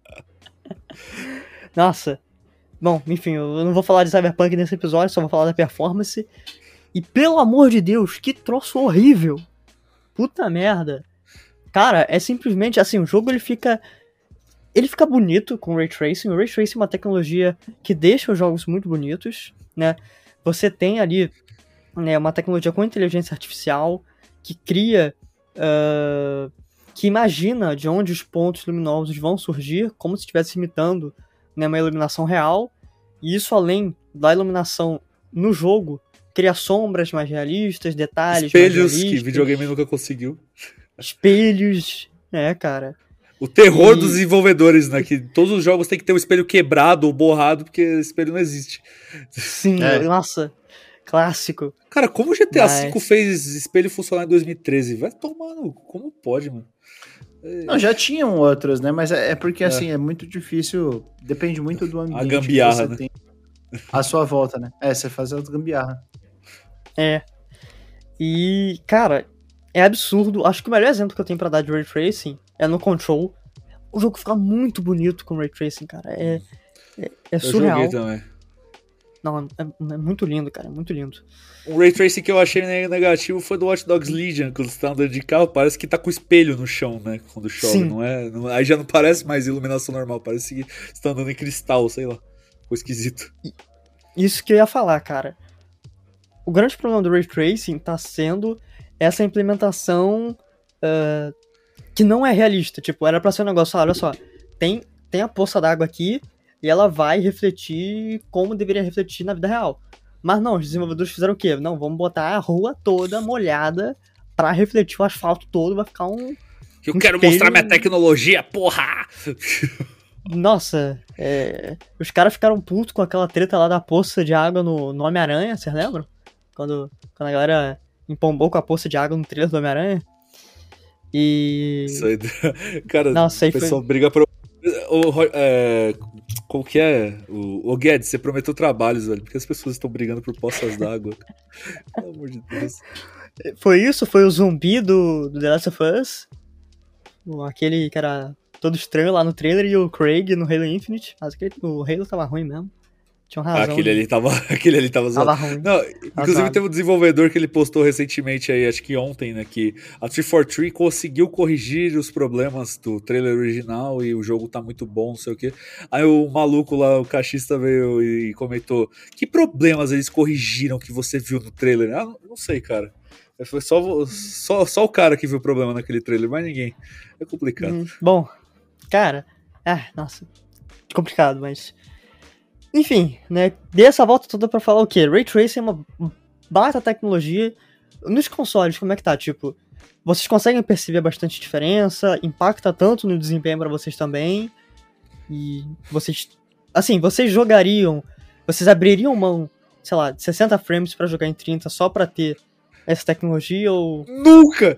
Nossa. Bom, enfim, eu não vou falar de Cyberpunk nesse episódio, só vou falar da performance. E pelo amor de Deus, que troço horrível. Puta merda. Cara, é simplesmente assim, o jogo ele fica bonito com o Ray Tracing. O Ray Tracing é uma tecnologia que deixa os jogos muito bonitos, né? Você tem ali, né, uma tecnologia com inteligência artificial que cria, que imagina de onde os pontos luminosos vão surgir, como se estivesse imitando, né, uma iluminação real. E isso, além da iluminação no jogo, cria sombras mais realistas, detalhes espelhos mais realistas. Que videogame nunca conseguiu. Espelhos, cara. O terror dos desenvolvedores, né? Que todos os jogos tem que ter um espelho quebrado ou borrado, porque espelho não existe. Sim, nossa, clássico. Cara, como o GTA V fez espelho funcionar em 2013? Vai tomando, como pode, mano? Não, já tinham outros, né? Mas é porque, assim, é muito difícil, depende muito do ambiente. A gambiarra, que você né? A sua volta, né? Você faz as gambiarra. E, cara, é absurdo. Acho que o melhor exemplo que eu tenho pra dar de Ray Tracing é no Control. O jogo fica muito bonito com Ray Tracing, cara. É Eu surreal. joguei também. Não, é muito lindo, cara. É muito lindo. Um Ray Tracing que eu achei negativo foi do Watch Dogs Legion, quando você tá andando de carro, parece que tá com espelho no chão, né? Quando chove, Sim. não é? Aí já não parece mais iluminação normal, parece que você tá andando em cristal, sei lá. Ficou esquisito. Isso que eu ia falar, cara. O grande problema do Ray Tracing tá sendo essa implementação que não é realista. Tipo, era pra ser um negócio, olha só, tem a poça d'água aqui e ela vai refletir como deveria refletir na vida real. Mas não, os desenvolvedores fizeram o quê? Não, vamos botar a rua toda molhada pra refletir o asfalto todo, vai ficar um Eu quero espelho. mostrar minha tecnologia, porra! Nossa, os caras ficaram putos com aquela treta lá da poça de água no Homem-Aranha, vocês lembram? Quando a galera empombou com a poça de água no trailer do Homem-Aranha. E... Isso aí, cara, Nossa, aí o pessoal foi... briga por... Como que é? O Guedes, você prometeu trabalhos, velho. Porque as pessoas estão brigando por poças d'água. Pelo amor de Deus. Foi isso? Foi o zumbi do The Last of Us. Aquele que era todo estranho lá no trailer. E o Craig no Halo Infinite. Mas o Halo tava ruim mesmo. Tinha razão. Aquele ali tava zoado. Tava ruim. Não, inclusive zoado. teve um desenvolvedor que ele postou recentemente aí, acho que ontem, né, que a 343 conseguiu corrigir os problemas do trailer original e o jogo tá muito bom, não sei o quê. Aí o maluco lá, o cachista veio e comentou: que problemas eles corrigiram que você viu no trailer? Ah, não sei, cara. Foi só o cara que viu o problema naquele trailer, mais ninguém. É complicado. Bom, cara, nossa, complicado, mas... Enfim, né, dei essa volta toda pra falar o quê? Ray Tracing é uma baita tecnologia. Nos consoles, como é que tá? Tipo, vocês conseguem perceber bastante diferença? Impacta tanto no desempenho pra vocês também? E vocês... Assim, vocês abririam mão, sei lá, de 60 frames pra jogar em 30 só pra ter essa tecnologia ou... Nunca!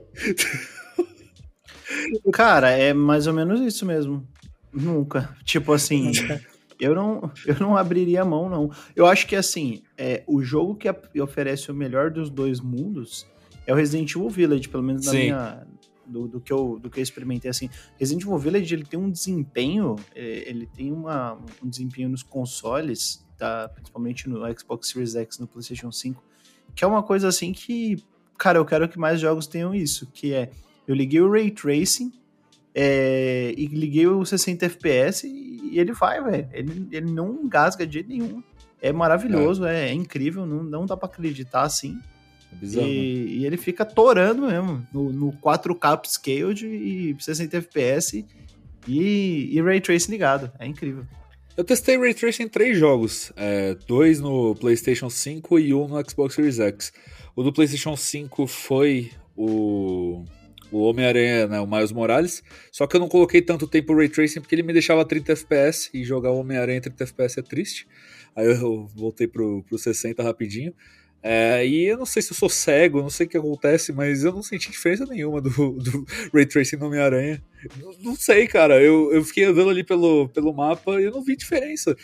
Cara, é mais ou menos isso mesmo. Nunca. Tipo assim... Eu não abriria a mão, não. Eu acho que, assim, o jogo que oferece o melhor dos dois mundos é o Resident Evil Village, pelo menos na minha... Do que eu experimentei, assim. Resident Evil Village, ele tem um desempenho, ele tem um desempenho nos consoles, tá? Principalmente no Xbox Series X, no PlayStation 5, que é uma coisa, assim, que... Cara, eu quero que mais jogos tenham isso, que é... Eu liguei o Ray Tracing, e liguei o 60 FPS e ele vai, velho. Ele não engasga de jeito nenhum. É maravilhoso, é incrível, não dá pra acreditar assim. É bizarro, e ele fica torando mesmo no 4K upscaled e 60 FPS e Ray Tracing ligado. É incrível. Eu testei Ray Tracing em 3 jogos, 2 no PlayStation 5 e 1 no Xbox Series X. O do PlayStation 5 foi o Homem-Aranha, né, o Miles Morales, só que eu não coloquei tanto tempo o Ray Tracing porque ele me deixava 30 FPS e jogar o Homem-Aranha em 30 FPS é triste. Aí eu voltei pro 60 rapidinho. E eu não sei se eu sou cego, não sei o que acontece, mas eu não senti diferença nenhuma do Ray Tracing no Homem-Aranha. Não sei, cara, eu fiquei andando ali pelo mapa e eu não vi diferença.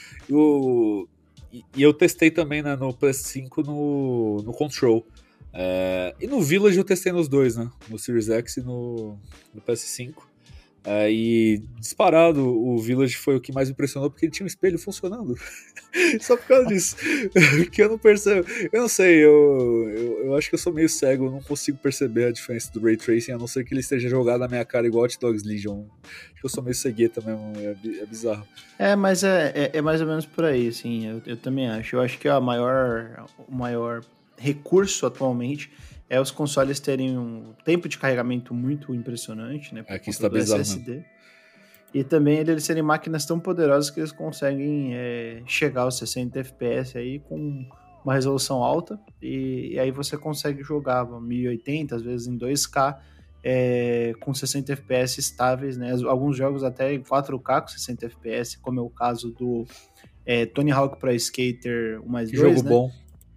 E eu testei também, né, no PS5 no Control. E no Village eu testei nos dois, né? No Series X e no PS5. E disparado, o Village foi o que mais me impressionou porque ele tinha um espelho funcionando. Só por causa disso. Que eu não percebo. Eu não sei, eu acho que eu sou meio cego, eu não consigo perceber a diferença do Ray Tracing, a não ser que ele esteja jogado na minha cara igual Watch Dogs Legion. Acho que eu sou meio cegueta mesmo, é bizarro. Mas é mais ou menos por aí, assim, eu também acho. Eu acho que o maior recurso atualmente é os consoles terem um tempo de carregamento muito impressionante, né? Aqui está bizarro SSD. Mesmo. E também eles serem máquinas tão poderosas que eles conseguem chegar aos 60 FPS aí com uma resolução alta e aí você consegue jogar 1080, às vezes em 2K, com 60 FPS estáveis, né? Alguns jogos até em 4K com 60 FPS, como é o caso do Tony Hawk Pro Skater 1+2, jogo né? bom.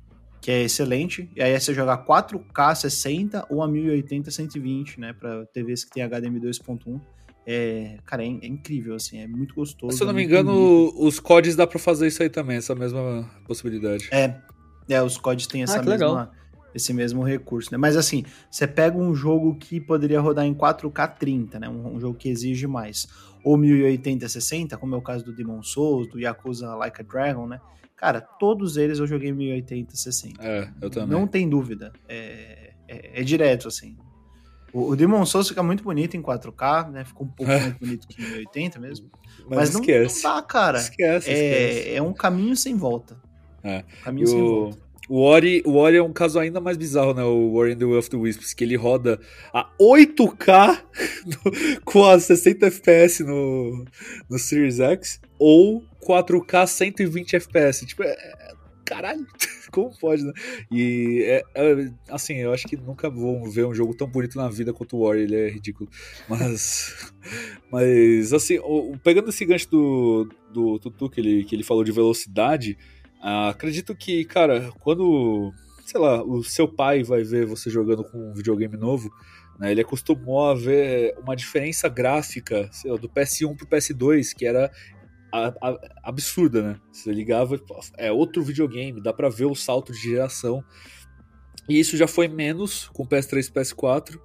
que é excelente. E aí é você jogar 4K 60 ou a 1080 120, né? Pra TVs que tem HDMI 2.1. Cara, é incrível, assim, é muito gostoso. Se eu não me muito engano, bonito. os CODs dá pra fazer isso aí também, essa mesma possibilidade. Os CODs têm Que legal. esse mesmo recurso, né? Mas assim, você pega um jogo que poderia rodar em 4K 30, né? Um jogo que exige mais. Ou 1080 60, como é o caso do Demon Souls, do Yakuza Like a Dragon, né? Cara, todos eles eu joguei em 1080 60. Eu também. Não tem dúvida. É direto, assim. O Demon Souls fica muito bonito em 4K, né? Ficou um pouco mais bonito que em 1080 mesmo. Mas não dá, cara. Esquece. É um caminho sem volta. Caminho sem volta. O Ori é um caso ainda mais bizarro, né? O Ori and the Will of the Wisps, que ele roda a 8K com a 60 FPS no Series X ou 4K 120 FPS. Tipo, caralho, como pode, né? E, assim, eu acho que nunca vou ver um jogo tão bonito na vida quanto o Ori, ele é ridículo. Mas assim, pegando esse gancho do Tutu, que ele falou de velocidade, acredito que, cara, quando, sei lá, o seu pai vai ver você jogando com um videogame novo, né, ele acostumou a ver uma diferença gráfica, sei lá, do PS1 pro PS2, que era absurda, né? Você ligava, é outro videogame, dá pra ver o salto de geração. E isso já foi menos com PS3 e PS4.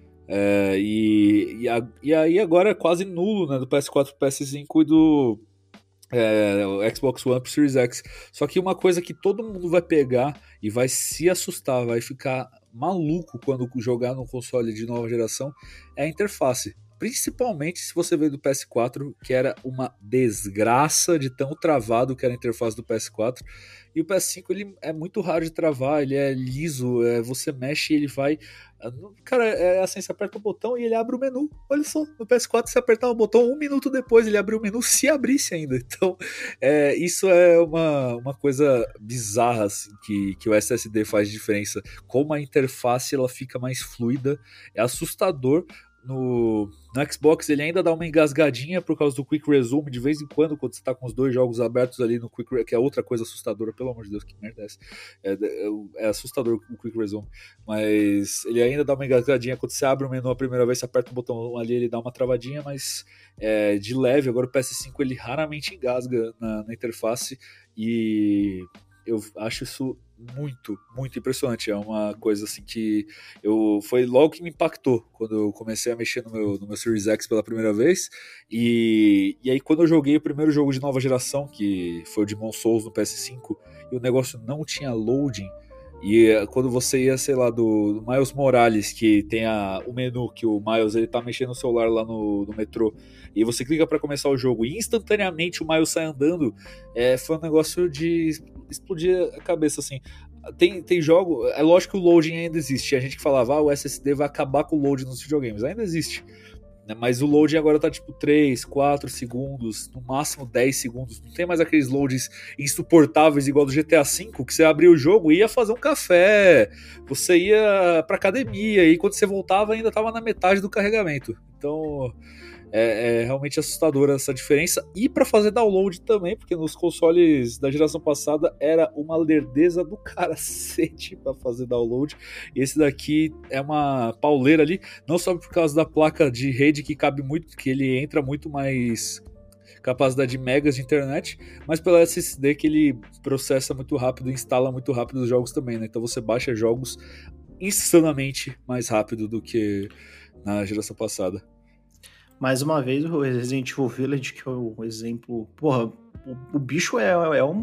E aí agora é quase nulo, né? Do PS4 pro PS5 e do o Xbox One pro Series X. Só que uma coisa que todo mundo vai pegar e vai se assustar, vai ficar maluco quando jogar no console de nova geração é a interface. Principalmente se você veio do PS4, que era uma desgraça de tão travado que era a interface do PS4. E o PS5 ele é muito raro de travar, ele é liso, você mexe e ele vai... Cara, é assim, você aperta o botão e ele abre o menu. Olha só, no PS4 você apertar o botão, 1 minuto depois ele abriu o menu, se abrisse ainda. Então, isso é uma coisa bizarra assim, que o SSD faz diferença. Como a interface ela fica mais fluida, é assustador. No Xbox ele ainda dá uma engasgadinha por causa do Quick Resume de vez em quando você tá com os dois jogos abertos ali no Quick Resume, que é outra coisa assustadora, pelo amor de Deus, que merda é essa? É assustador o Quick Resume, mas ele ainda dá uma engasgadinha quando você abre o menu a primeira vez, você aperta o botão ali, ele dá uma travadinha, mas de leve. Agora o PS5 ele raramente engasga na interface e eu acho isso muito, muito impressionante. É uma coisa assim que foi logo que me impactou quando eu comecei a mexer no meu Series X pela primeira vez. E aí quando eu joguei o primeiro jogo de nova geração, que foi o Demon Souls no PS5, e o negócio não tinha loading. E quando você ia, sei lá, do Miles Morales, que tem o menu que o Miles ele tá mexendo no celular lá no metrô, e você clica pra começar o jogo e instantaneamente o Miles sai andando, foi um negócio de explodir a cabeça, assim. Tem jogo, é lógico que o loading ainda existe. A gente que falava, o SSD vai acabar com o loading nos videogames, ainda existe. Mas o loading agora tá tipo 3, 4 segundos, no máximo 10 segundos. Não tem mais aqueles loads insuportáveis igual do GTA V, que você abria o jogo e ia fazer um café, você ia pra academia e quando você voltava ainda tava na metade do carregamento. Então é realmente assustadora essa diferença. E para fazer download também, porque nos consoles da geração passada era uma lerdeza do cacete para fazer download. E esse daqui é uma pauleira ali, não só por causa da placa de rede que cabe muito, que ele entra muito mais capacidade de megas de internet, mas pelo SSD que ele processa muito rápido e instala muito rápido os jogos também, né? Então você baixa jogos insanamente mais rápido do que na geração passada. Mais uma vez, o Resident Evil Village, que é o exemplo... Porra, o bicho é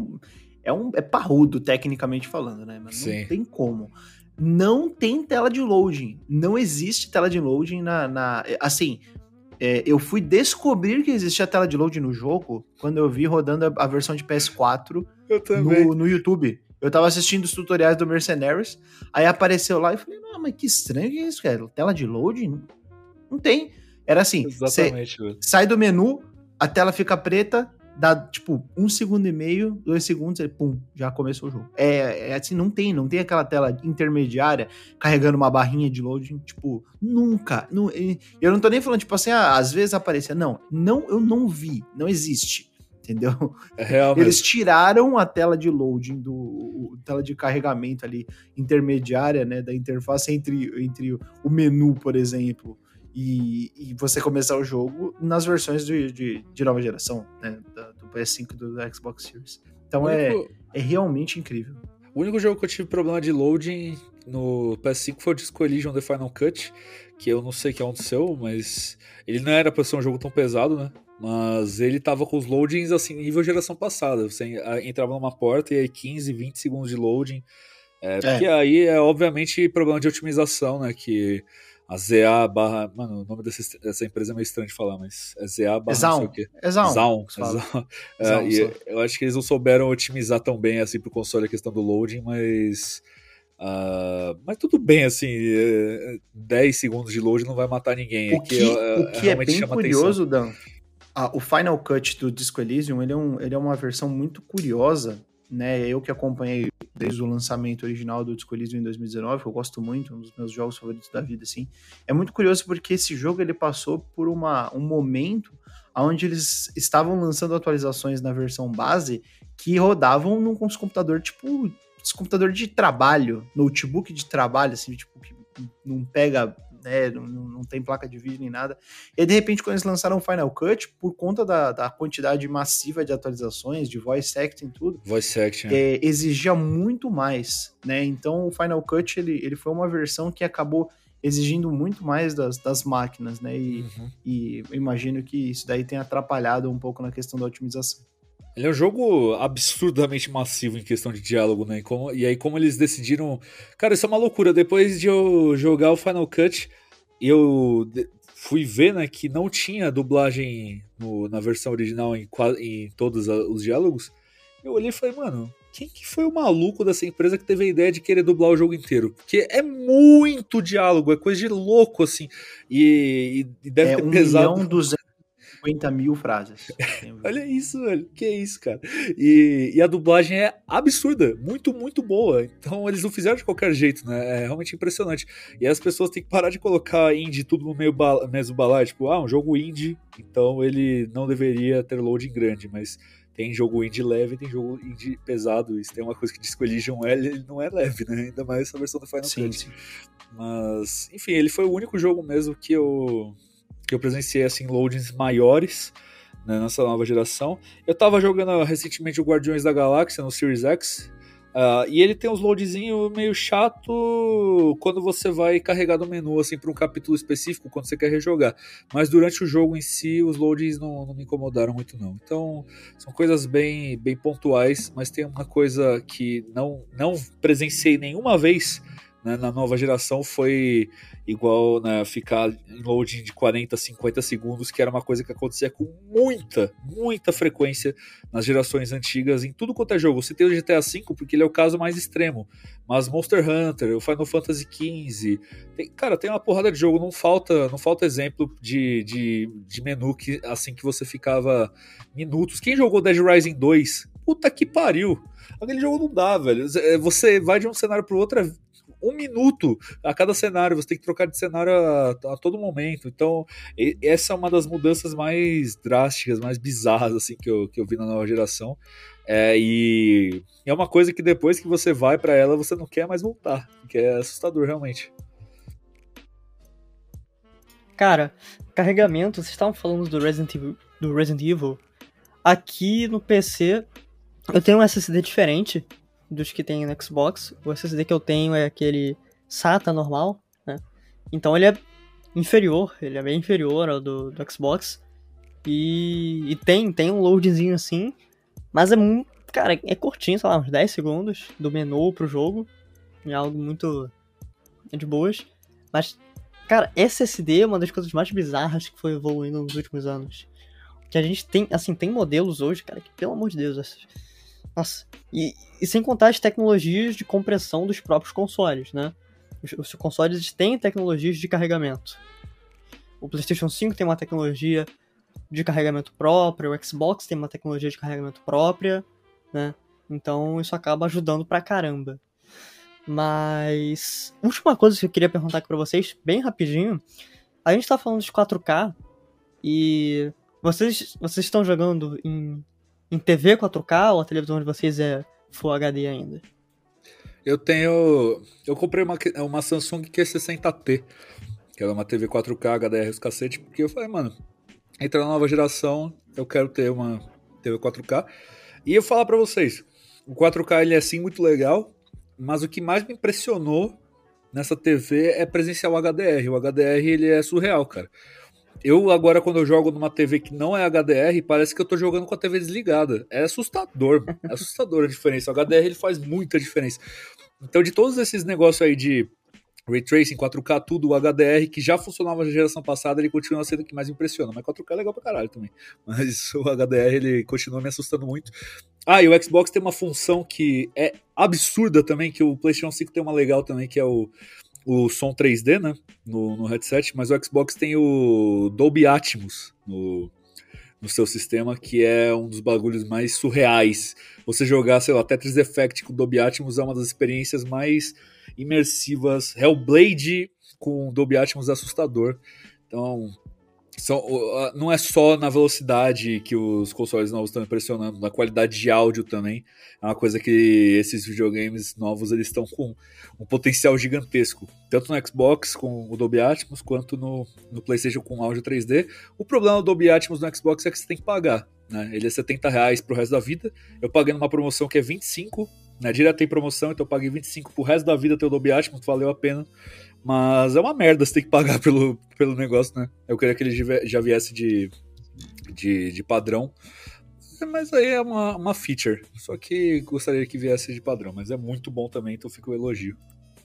parrudo, tecnicamente falando, né? Mas Sim. Não tem como. Não tem tela de loading. Não existe tela de loading assim, eu fui descobrir que existia tela de loading no jogo quando eu vi rodando a versão de PS4 no YouTube. Eu tava assistindo os tutoriais do Mercenaries, aí apareceu lá e falei, não, mas que estranho que é isso, cara? Tela de loading? Não tem. Era assim, exatamente, você sai do menu, a tela fica preta, dá tipo 1,5 segundo, 2 segundos, e pum, já começou o jogo. Assim, não tem aquela tela intermediária carregando uma barrinha de loading, tipo, nunca. Eu não tô nem falando, tipo assim, às vezes aparecia. Não, eu não vi, não existe. entendeu? É real Eles mesmo. tiraram a tela de loading, tela de carregamento ali, intermediária, né, da interface entre o menu, por exemplo, e você começar o jogo nas versões de nova geração, né, do PS5 e do Xbox Series. Então O é único, realmente incrível. o único jogo que eu tive problema de loading no PS5 foi o Disco Elysium The Final Cut, que eu não sei o que aconteceu, mas ele não era pra ser um jogo tão pesado, né? Mas ele tava com os loadings assim, nível geração passada. Você entrava numa porta e aí 15, 20 segundos de loading. Porque aí é obviamente problema de otimização, né? Que a ZA barra. Mano, o nome dessa empresa é meio estranho de falar, mas é ZA barra não sei o quê. Zaun. Zaun. Zaun, E eu acho que eles não souberam otimizar tão bem assim pro console a questão do loading, mas tudo bem, assim, 10 segundos de load não vai matar ninguém. O que é bem curioso, Dan, o Final Cut do Disco Elysium, ele é uma versão muito curiosa, né? Eu que acompanhei desde o lançamento original do Disco Elysium em 2019, que eu gosto muito, um dos meus jogos favoritos da vida, assim. É muito curioso porque esse jogo, ele passou por um momento onde eles estavam lançando atualizações na versão base que rodavam num computador, tipo, esse computador de trabalho, notebook de trabalho, assim, tipo, que não pega, né, não tem placa de vídeo nem nada. E de repente, quando eles lançaram o Final Cut, por conta da quantidade massiva de atualizações, de voice acting e tudo, exigia muito mais, né? Então o Final Cut, ele foi uma versão que acabou exigindo muito mais das máquinas, né? E eu imagino que isso daí tenha atrapalhado um pouco na questão da otimização. Ele é um jogo absurdamente massivo em questão de diálogo, né? E aí, como eles decidiram. Cara, isso é uma loucura. Depois de eu jogar o Final Cut, eu fui ver, né, que não tinha dublagem na versão original em todos os diálogos. Eu olhei e falei, mano, quem que foi o maluco dessa empresa que teve a ideia de querer dublar o jogo inteiro? Porque é muito diálogo, é coisa de louco, assim. E deve ter pesado. 1.250.000 frases. Olha isso, velho. Que isso, cara. E a dublagem é absurda. Muito, muito boa. Então eles não fizeram de qualquer jeito, né? É realmente impressionante. E as pessoas têm que parar de colocar indie tudo no mesmo balaio. Tipo, um jogo indie, então ele não deveria ter loading grande, mas tem jogo indie leve, tem jogo indie pesado. E se tem uma coisa que diz que o Elysium ele não é leve, né? Ainda mais essa versão do Final Cut. Sim. Mas, enfim, ele foi o único jogo mesmo que eu presenciei, assim, loadings maiores, né, nessa nova geração. Eu tava jogando recentemente o Guardiões da Galáxia no Series X, e ele tem uns loadzinhos meio chato quando você vai carregar no menu, assim, para um capítulo específico, quando você quer rejogar. Mas durante o jogo em si, os loadings não me incomodaram muito, não. Então, são coisas bem, bem pontuais, mas tem uma coisa que não presenciei nenhuma vez, né, na nova geração, foi igual, né, ficar em loading de 40, 50 segundos, que era uma coisa que acontecia com muita frequência nas gerações antigas, em tudo quanto é jogo. Você tem o GTA V, porque ele é o caso mais extremo, mas Monster Hunter, o Final Fantasy XV, tem uma porrada de jogo, não falta exemplo de menu que, assim, que você ficava minutos. Quem jogou Dead Rising 2? Puta que pariu! Aquele jogo não dá, velho. Você vai de um cenário pro outro, 1 minuto a cada cenário, você tem que trocar de cenário a todo momento. Então, essa é uma das mudanças mais drásticas, mais bizarras, assim, que eu vi na nova geração. E é uma coisa que depois que você vai pra ela, você não quer mais voltar, que é assustador, realmente. Cara, carregamento, vocês estavam falando do Resident Evil. Aqui no PC, eu tenho um SSD diferente dos que tem no Xbox. O SSD que eu tenho é aquele SATA normal, né? Então ele é inferior, ele é bem inferior ao do Xbox. E tem um loadzinho assim, mas cara, é curtinho, sei lá, uns 10 segundos do menu pro jogo. É algo muito de boas. Mas, cara, SSD é uma das coisas mais bizarras que foi evoluindo nos últimos anos. Que a gente tem, assim, tem modelos hoje, cara, que pelo amor de Deus, nossa, e sem contar as tecnologias de compressão dos próprios consoles, né? Os consoles têm tecnologias de carregamento. O PlayStation 5 tem uma tecnologia de carregamento própria, o Xbox tem uma tecnologia de carregamento própria, né? Então isso acaba ajudando pra caramba. Mas, última coisa que eu queria perguntar aqui pra vocês, bem rapidinho. A gente tá falando de 4K e vocês estão jogando em em TV 4K ou a televisão de vocês é Full HD ainda? Eu comprei uma Samsung Q60T, que era uma TV 4K, HDR os cacete, porque eu falei, mano, entra na nova geração, eu quero ter uma TV 4K. E eu falar pra vocês, o 4K ele é sim muito legal, mas o que mais me impressionou nessa TV é presenciar o HDR. O HDR ele é surreal, cara. Eu agora, quando eu jogo numa TV que não é HDR, parece que eu tô jogando com a TV desligada. É assustador, é assustador a diferença. O HDR ele faz muita diferença. Então, de todos esses negócios aí de Ray Tracing, 4K, tudo, o HDR, que já funcionava na geração passada, ele continua sendo o que mais impressiona. Mas 4K é legal pra caralho também. Mas o HDR, ele continua me assustando muito. E o Xbox tem uma função que é absurda também, que o PlayStation 5 tem uma legal também, que é o som 3D, né, no headset, mas o Xbox tem o Dolby Atmos no seu sistema, que é um dos bagulhos mais surreais. Você jogar, sei lá, Tetris Effect com Dolby Atmos é uma das experiências mais imersivas. Hellblade com Dolby Atmos é assustador. Então, não é só na velocidade que os consoles novos estão impressionando, na qualidade de áudio também. É uma coisa que esses videogames novos eles estão com um potencial gigantesco, tanto no Xbox com o Dolby Atmos, quanto no PlayStation com áudio 3D. O problema do Dolby Atmos no Xbox é que você tem que pagar, né? Ele é R$70 pro resto da vida. Eu paguei numa promoção que é 25, né? Direto tem promoção, então eu paguei 25 pro resto da vida ter o Dolby Atmos, valeu a pena. Mas é uma merda você ter que pagar pelo negócio, né? Eu queria que ele já viesse de padrão. Mas aí é uma feature. Só que gostaria que viesse de padrão. Mas é muito bom também, então fica o elogio.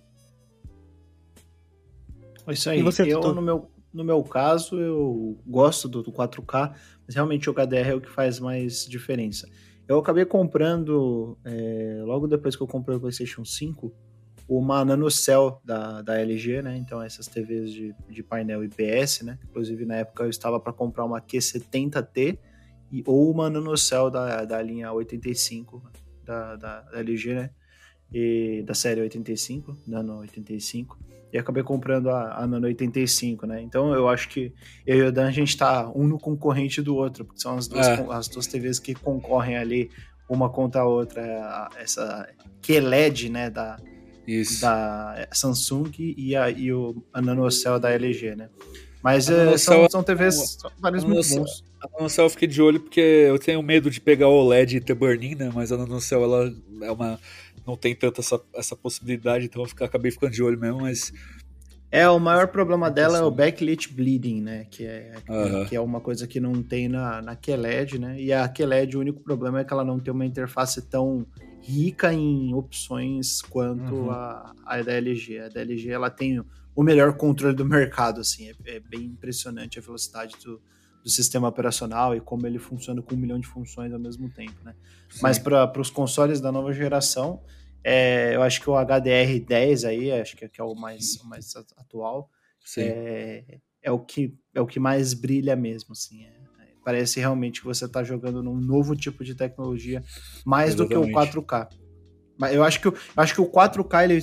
É isso aí. No meu caso, eu gosto do 4K, mas realmente o HDR é o que faz mais diferença. Eu acabei comprando, logo depois que eu comprei o PlayStation 5, uma NanoCell da LG, né? Então essas TVs de painel IPS, né? Inclusive na época eu estava para comprar uma Q70T ou uma NanoCell da linha 85 da LG, né? E da série 85, Nano 85. E acabei comprando a Nano 85, né? Então eu acho que eu e o Dan a gente tá um no concorrente do outro, porque são as duas TVs que concorrem ali uma contra a outra, essa QLED, né? Da Samsung e a NanoCell da LG, né? Mas são TVs vários muito bons. A NanoCell eu fiquei de olho porque eu tenho medo de pegar o OLED e ter burn-in, né? Mas a NanoCell ela não tem tanto essa possibilidade, então eu acabei ficando de olho mesmo, mas... O maior problema dela é o backlit bleeding, né? Que é uma coisa que não tem na QLED, né? E a QLED, o único problema é que ela não tem uma interface tão rica em opções quanto a da LG. A da LG, ela tem o melhor controle do mercado, assim. É bem impressionante a velocidade do sistema operacional e como ele funciona com 1 milhão de funções ao mesmo tempo, né? Sim. Mas para os consoles da nova geração, eu acho que o HDR10 aí, acho que é o mais atual, é o que mais brilha mesmo, assim. Parece realmente que você está jogando num novo tipo de tecnologia, mais Exatamente. Do que o 4K. Mas eu acho que o 4K ele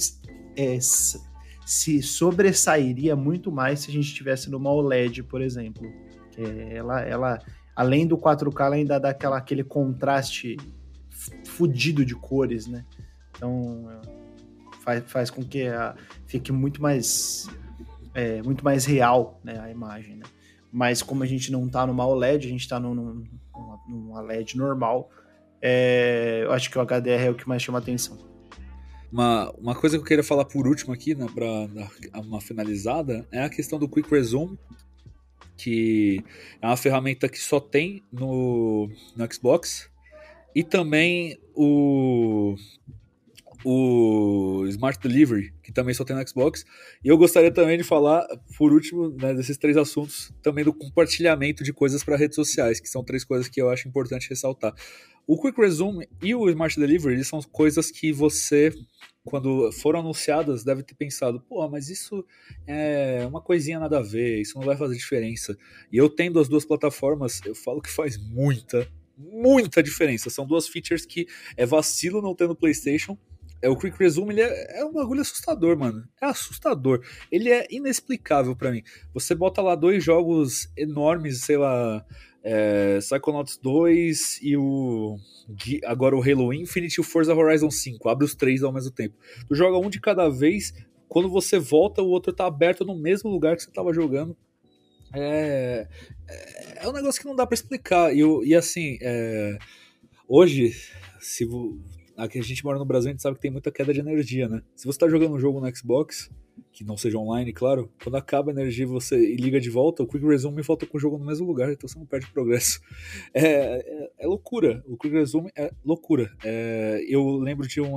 se sobressairia muito mais se a gente estivesse numa OLED, por exemplo. Ela além do 4K, ela ainda dá aquele contraste fudido de cores, né? Então faz com que fique muito mais real, né, a imagem, né? Mas como a gente não tá numa OLED, a gente tá numa LED normal, eu acho que o HDR é o que mais chama atenção. Uma coisa que eu queria falar por último aqui, né, para dar uma finalizada, é a questão do Quick Resume, que é uma ferramenta que só tem no Xbox, e também o Smart Delivery, que também só tem no Xbox. E eu gostaria também de falar, por último, né, desses 3 assuntos, também do compartilhamento de coisas para redes sociais, que são 3 coisas que eu acho importante ressaltar. O Quick Resume e o Smart Delivery, eles são coisas que você, quando foram anunciadas, deve ter pensado, mas isso é uma coisinha nada a ver, isso não vai fazer diferença. E eu tendo as 2 plataformas, eu falo que faz muita diferença. São 2 features que é vacilo não ter no PlayStation. O Quick Resume, ele é um bagulho assustador, mano. É assustador. Ele é inexplicável pra mim. Você bota lá 2 jogos enormes, sei lá, Psychonauts 2 e agora o Halo Infinite e o Forza Horizon 5. Abre os 3 ao mesmo tempo. Tu joga um de cada vez, quando você volta, o outro tá aberto no mesmo lugar que você tava jogando. É um negócio que não dá pra explicar. E assim, hoje, aqui a gente mora no Brasil, a gente sabe que tem muita queda de energia, né? Se você tá jogando um jogo no Xbox, que não seja online, claro, quando acaba a energia e liga de volta, o Quick Resume volta com o jogo no mesmo lugar, então você não perde progresso. É loucura, o Quick Resume é loucura. Eu lembro de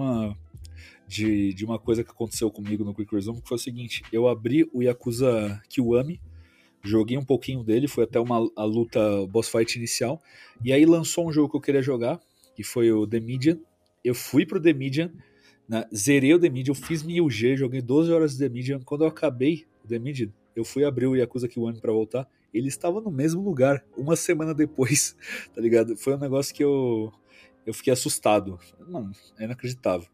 uma coisa que aconteceu comigo no Quick Resume, que foi o seguinte: eu abri o Yakuza Kiwami, joguei um pouquinho dele, foi até a luta boss fight inicial, e aí lançou um jogo que eu queria jogar, que foi o The Medium. Eu fui pro The Medium, né, zerei o The Medium, fiz 1000G, joguei 12 horas de The Medium. Quando eu acabei o The Medium, eu fui abrir o Yakuza Kiwami pra voltar, ele estava no mesmo lugar, uma semana depois, tá ligado? Foi um negócio que eu fiquei assustado. Mano, é inacreditável.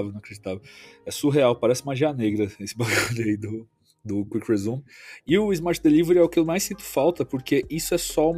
É surreal, parece magia negra esse bagulho aí do Quick Resume. E o Smart Delivery é o que eu mais sinto falta, porque isso é só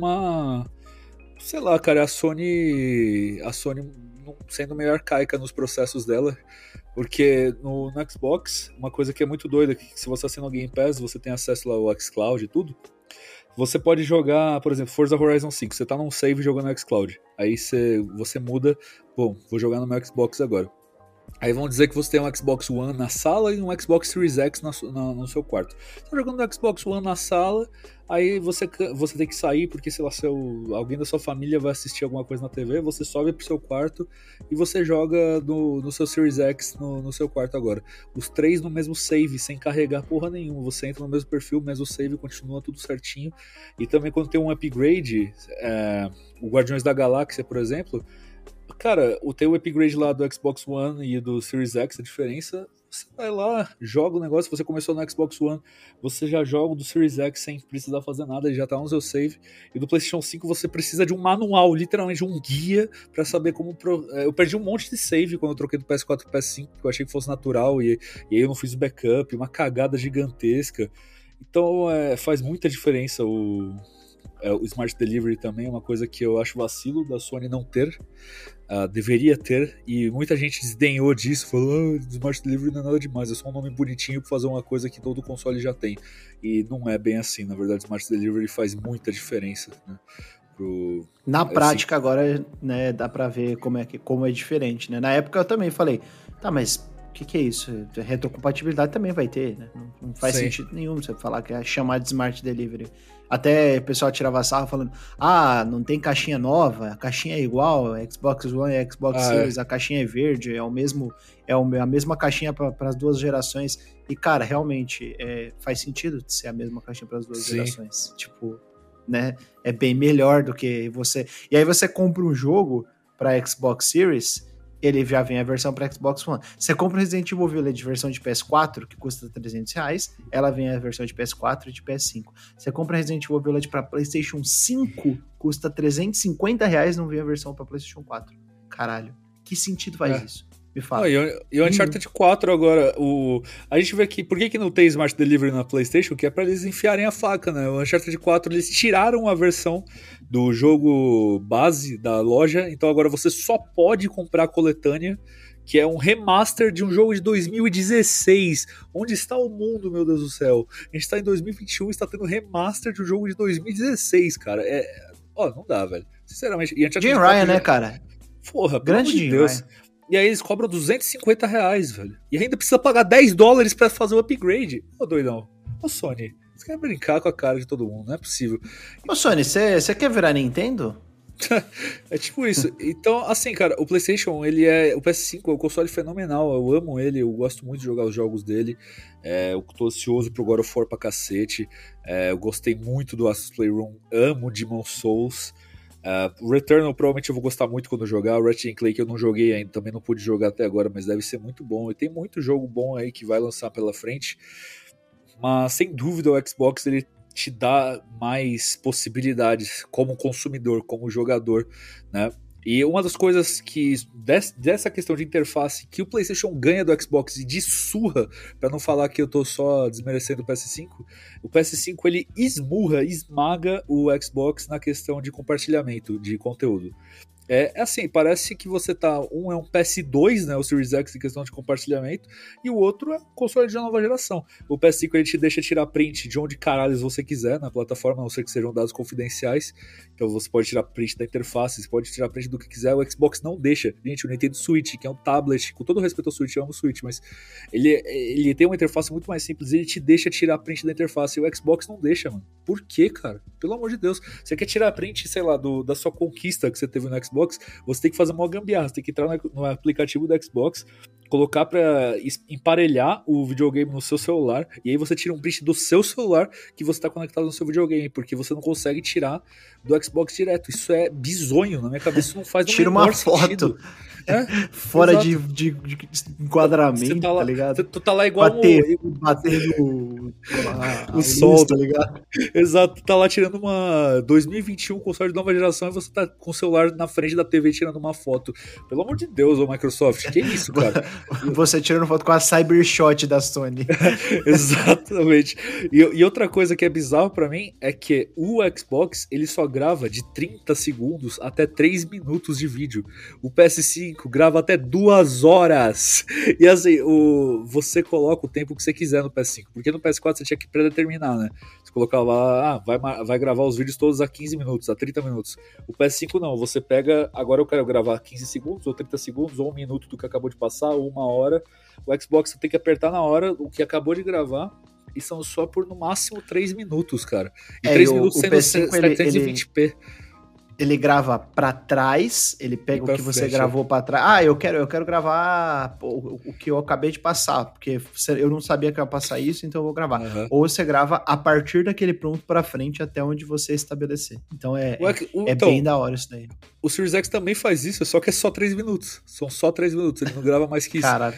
sei lá, cara, a Sony sendo meio arcaica nos processos dela, porque no Xbox, uma coisa que é muito doida, que se você assina o Game Pass, você tem acesso lá ao xCloud e tudo, você pode jogar, por exemplo, Forza Horizon 5, você tá num save jogando no xCloud, aí você muda, bom, vou jogar no meu Xbox agora. Aí vão dizer que você tem um Xbox One na sala e um Xbox Series X no seu quarto. Você tá jogando no Xbox One na sala, aí você tem que sair porque, sei lá, alguém da sua família vai assistir alguma coisa na TV, você sobe pro seu quarto e você joga no seu Series X no seu quarto agora. Os 3 no mesmo save, sem carregar porra nenhuma. Você entra no mesmo perfil, mesmo save, continua tudo certinho. E também quando tem um upgrade, o Guardiões da Galáxia, por exemplo, cara, tem o upgrade lá do Xbox One e do Series X, a diferença, você vai lá, joga o negócio, você começou no Xbox One, você já joga o do Series X sem precisar fazer nada, ele já tá no seu save, e do PlayStation 5 você precisa de um manual, literalmente um guia pra saber como... Eu perdi um monte de save quando eu troquei do PS4 pro PS5, porque eu achei que fosse natural, e aí eu não fiz o backup, uma cagada gigantesca. Então faz muita diferença o Smart Delivery também, é uma coisa que eu acho vacilo da Sony não ter. Deveria ter, e muita gente desdenhou disso, falou, Smart Delivery não é nada demais, é só um nome bonitinho pra fazer uma coisa que todo console já tem, e não é bem assim, na verdade. Smart Delivery faz muita diferença, né, na prática. Agora, né, dá pra ver como é diferente, né? Na época eu também falei, tá, mas o que é isso? Retrocompatibilidade também vai ter, né? Não faz sentido nenhum você falar que é chamar de Smart Delivery. Até o pessoal tirava sarro falando, não tem caixinha nova, a caixinha é igual, Xbox One e Xbox Series, a caixinha é verde, é a mesma caixinha para as duas gerações. E, cara, realmente, faz sentido ser a mesma caixinha para as duas gerações. Tipo, né? É bem melhor do que você... E aí você compra um jogo para Xbox Series, ele já vem a versão para Xbox One. Você compra Resident Evil Village versão de PS4, que custa R$300, ela vem a versão de PS4 e de PS5. Você compra Resident Evil Village para PlayStation 5, custa R$350, não vem a versão para PlayStation 4. Caralho, que sentido faz isso? Me fala. E o Uncharted 4 agora, a gente vê aqui, por que não tem Smart Delivery na PlayStation? Que é pra eles enfiarem a faca, né? O Uncharted 4, eles tiraram a versão do jogo base da loja, então agora você só pode comprar a coletânea, que é um remaster de um jogo de 2016. Onde está o mundo, meu Deus do céu? A gente tá em 2021 e está tendo remaster de um jogo de 2016, cara. Não dá, velho. Sinceramente. E Jim Ryan, né, cara? Porra, grande de Deus. Ryan. E aí eles cobram R$250, velho. E ainda precisa pagar $10 pra fazer o upgrade. Ô, doidão. Ô, Sony, você quer brincar com a cara de todo mundo, não é possível. Ô, Sony, você quer virar Nintendo? É tipo isso. Então, assim, cara, o PlayStation, o PS5 é um console fenomenal. Eu amo ele, eu gosto muito de jogar os jogos dele. Eu tô ansioso pro God of War pra cacete. Eu gostei muito do Astro's Playroom, amo Demon's Souls. O Returnal provavelmente eu vou gostar muito quando jogar. O Ratchet & Clank eu não joguei ainda, também não pude jogar até agora, mas deve ser muito bom. E tem muito jogo bom aí que vai lançar pela frente. Mas sem dúvida o Xbox ele te dá mais possibilidades como consumidor, como jogador, né? E uma das coisas que, dessa questão de interface, que o PlayStation ganha do Xbox e de surra, pra não falar que eu tô só desmerecendo o PS5, o PS5 ele esmaga o Xbox na questão de compartilhamento de conteúdo. É assim, parece que você tá. Um é um PS2, né? O Series X em questão de compartilhamento, e o outro é um console de nova geração. O PS5 ele te deixa tirar print de onde caralhos você quiser na plataforma, a não ser que sejam dados confidenciais. Então você pode tirar print da interface, você pode tirar print do que quiser. O Xbox não deixa. Gente, o Nintendo Switch, que é um tablet, com todo respeito ao Switch, eu amo o Switch, mas ele tem uma interface muito mais simples, ele te deixa tirar print da interface. E o Xbox não deixa, mano. Por quê, cara? Pelo amor de Deus. Você quer tirar print, sei lá, da sua conquista que você teve no Xbox, você tem que fazer uma gambiarra, você tem que entrar no aplicativo do Xbox, colocar pra emparelhar o videogame no seu celular, e aí você tira um print do seu celular que você tá conectado no seu videogame, porque você não consegue tirar do Xbox direto. Isso é bizonho, na minha cabeça isso não faz Tira uma foto. Fora de enquadramento, tá, lá, tá ligado? Tu tá lá igual batendo o sol, tá ligado? Exato, tá lá tirando uma 2021 console de nova geração e você tá com o celular na frente da TV tirando uma foto. Pelo amor de Deus, ô Microsoft, que isso, cara? Você tirando foto com a Cybershot da Sony. Exatamente. E outra coisa que é bizarro pra mim é que o Xbox, ele só grava de 30 segundos até 3 minutos de vídeo. O PS5 grava até 2 horas. E assim, você coloca o tempo que você quiser no PS5, porque no PS4 você tinha que predeterminar, né? Você colocava lá, vai gravar os vídeos todos a 15 minutos, a 30 minutos. O PS5 não, você pega, agora eu quero gravar 15 segundos, ou 30 segundos, ou 1 minuto do que acabou de passar, ou 1 hora. O Xbox você tem que apertar na hora o que acabou de gravar, e são só por no máximo 3 minutos, cara. E 3 minutos sendo 720p. Ele grava pra trás, ele pega o que você gravou pra trás. Eu quero gravar o que eu acabei de passar, porque eu não sabia que ia passar isso, então eu vou gravar. Uhum. Ou você grava a partir daquele ponto pra frente até onde você estabelecer. Então então, bem da hora isso daí. O Series X também faz isso, só que é só 3 minutos. São só 3 minutos, ele não grava mais que isso. Caralho.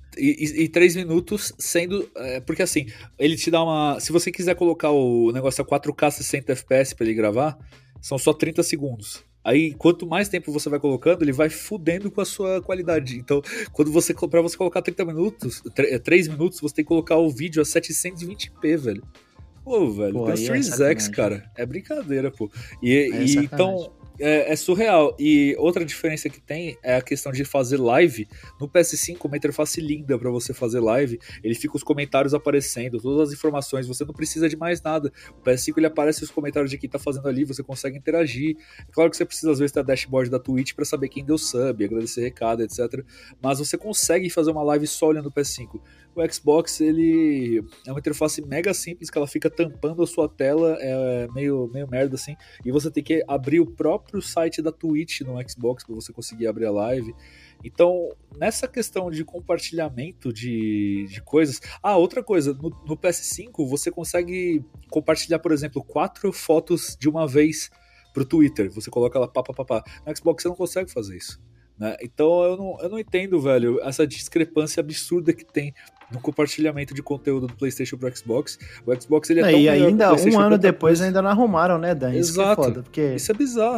E 3 minutos sendo... porque assim, ele te dá uma... Se você quiser colocar o negócio a 4K 60 FPS pra ele gravar, são só 30 segundos. Aí, quanto mais tempo você vai colocando, ele vai fudendo com a sua qualidade. Então, pra você colocar 3 minutos, você tem que colocar o vídeo a 720p, velho. Pô, velho, tem o Series X, cara. É brincadeira, pô. Então... É surreal. E outra diferença que tem é a questão de fazer live. No PS5, uma interface linda pra você fazer live. Ele fica os comentários aparecendo, todas as informações, você não precisa de mais nada. O PS5 ele aparece os comentários de quem tá fazendo ali, você consegue interagir. É claro que você precisa às vezes ter a dashboard da Twitch pra saber quem deu sub, agradecer recado, etc. Mas você consegue fazer uma live só olhando o PS5. O Xbox, ele é uma interface mega simples, que ela fica tampando a sua tela, é meio merda assim, e você tem que abrir o próprio site da Twitch no Xbox para você conseguir abrir a live. Então, nessa questão de compartilhamento de coisas... outra coisa, no PS5 você consegue compartilhar, por exemplo, 4 fotos de uma vez pro Twitter, você coloca ela pá. No Xbox você não consegue fazer isso, né? Então eu não entendo, velho, essa discrepância absurda que tem no compartilhamento de conteúdo do PlayStation pro Xbox. O Xbox ele é tão e ainda um ano depois ainda não arrumaram, né, Dan? Exato. Isso que é foda, porque isso é bizarro.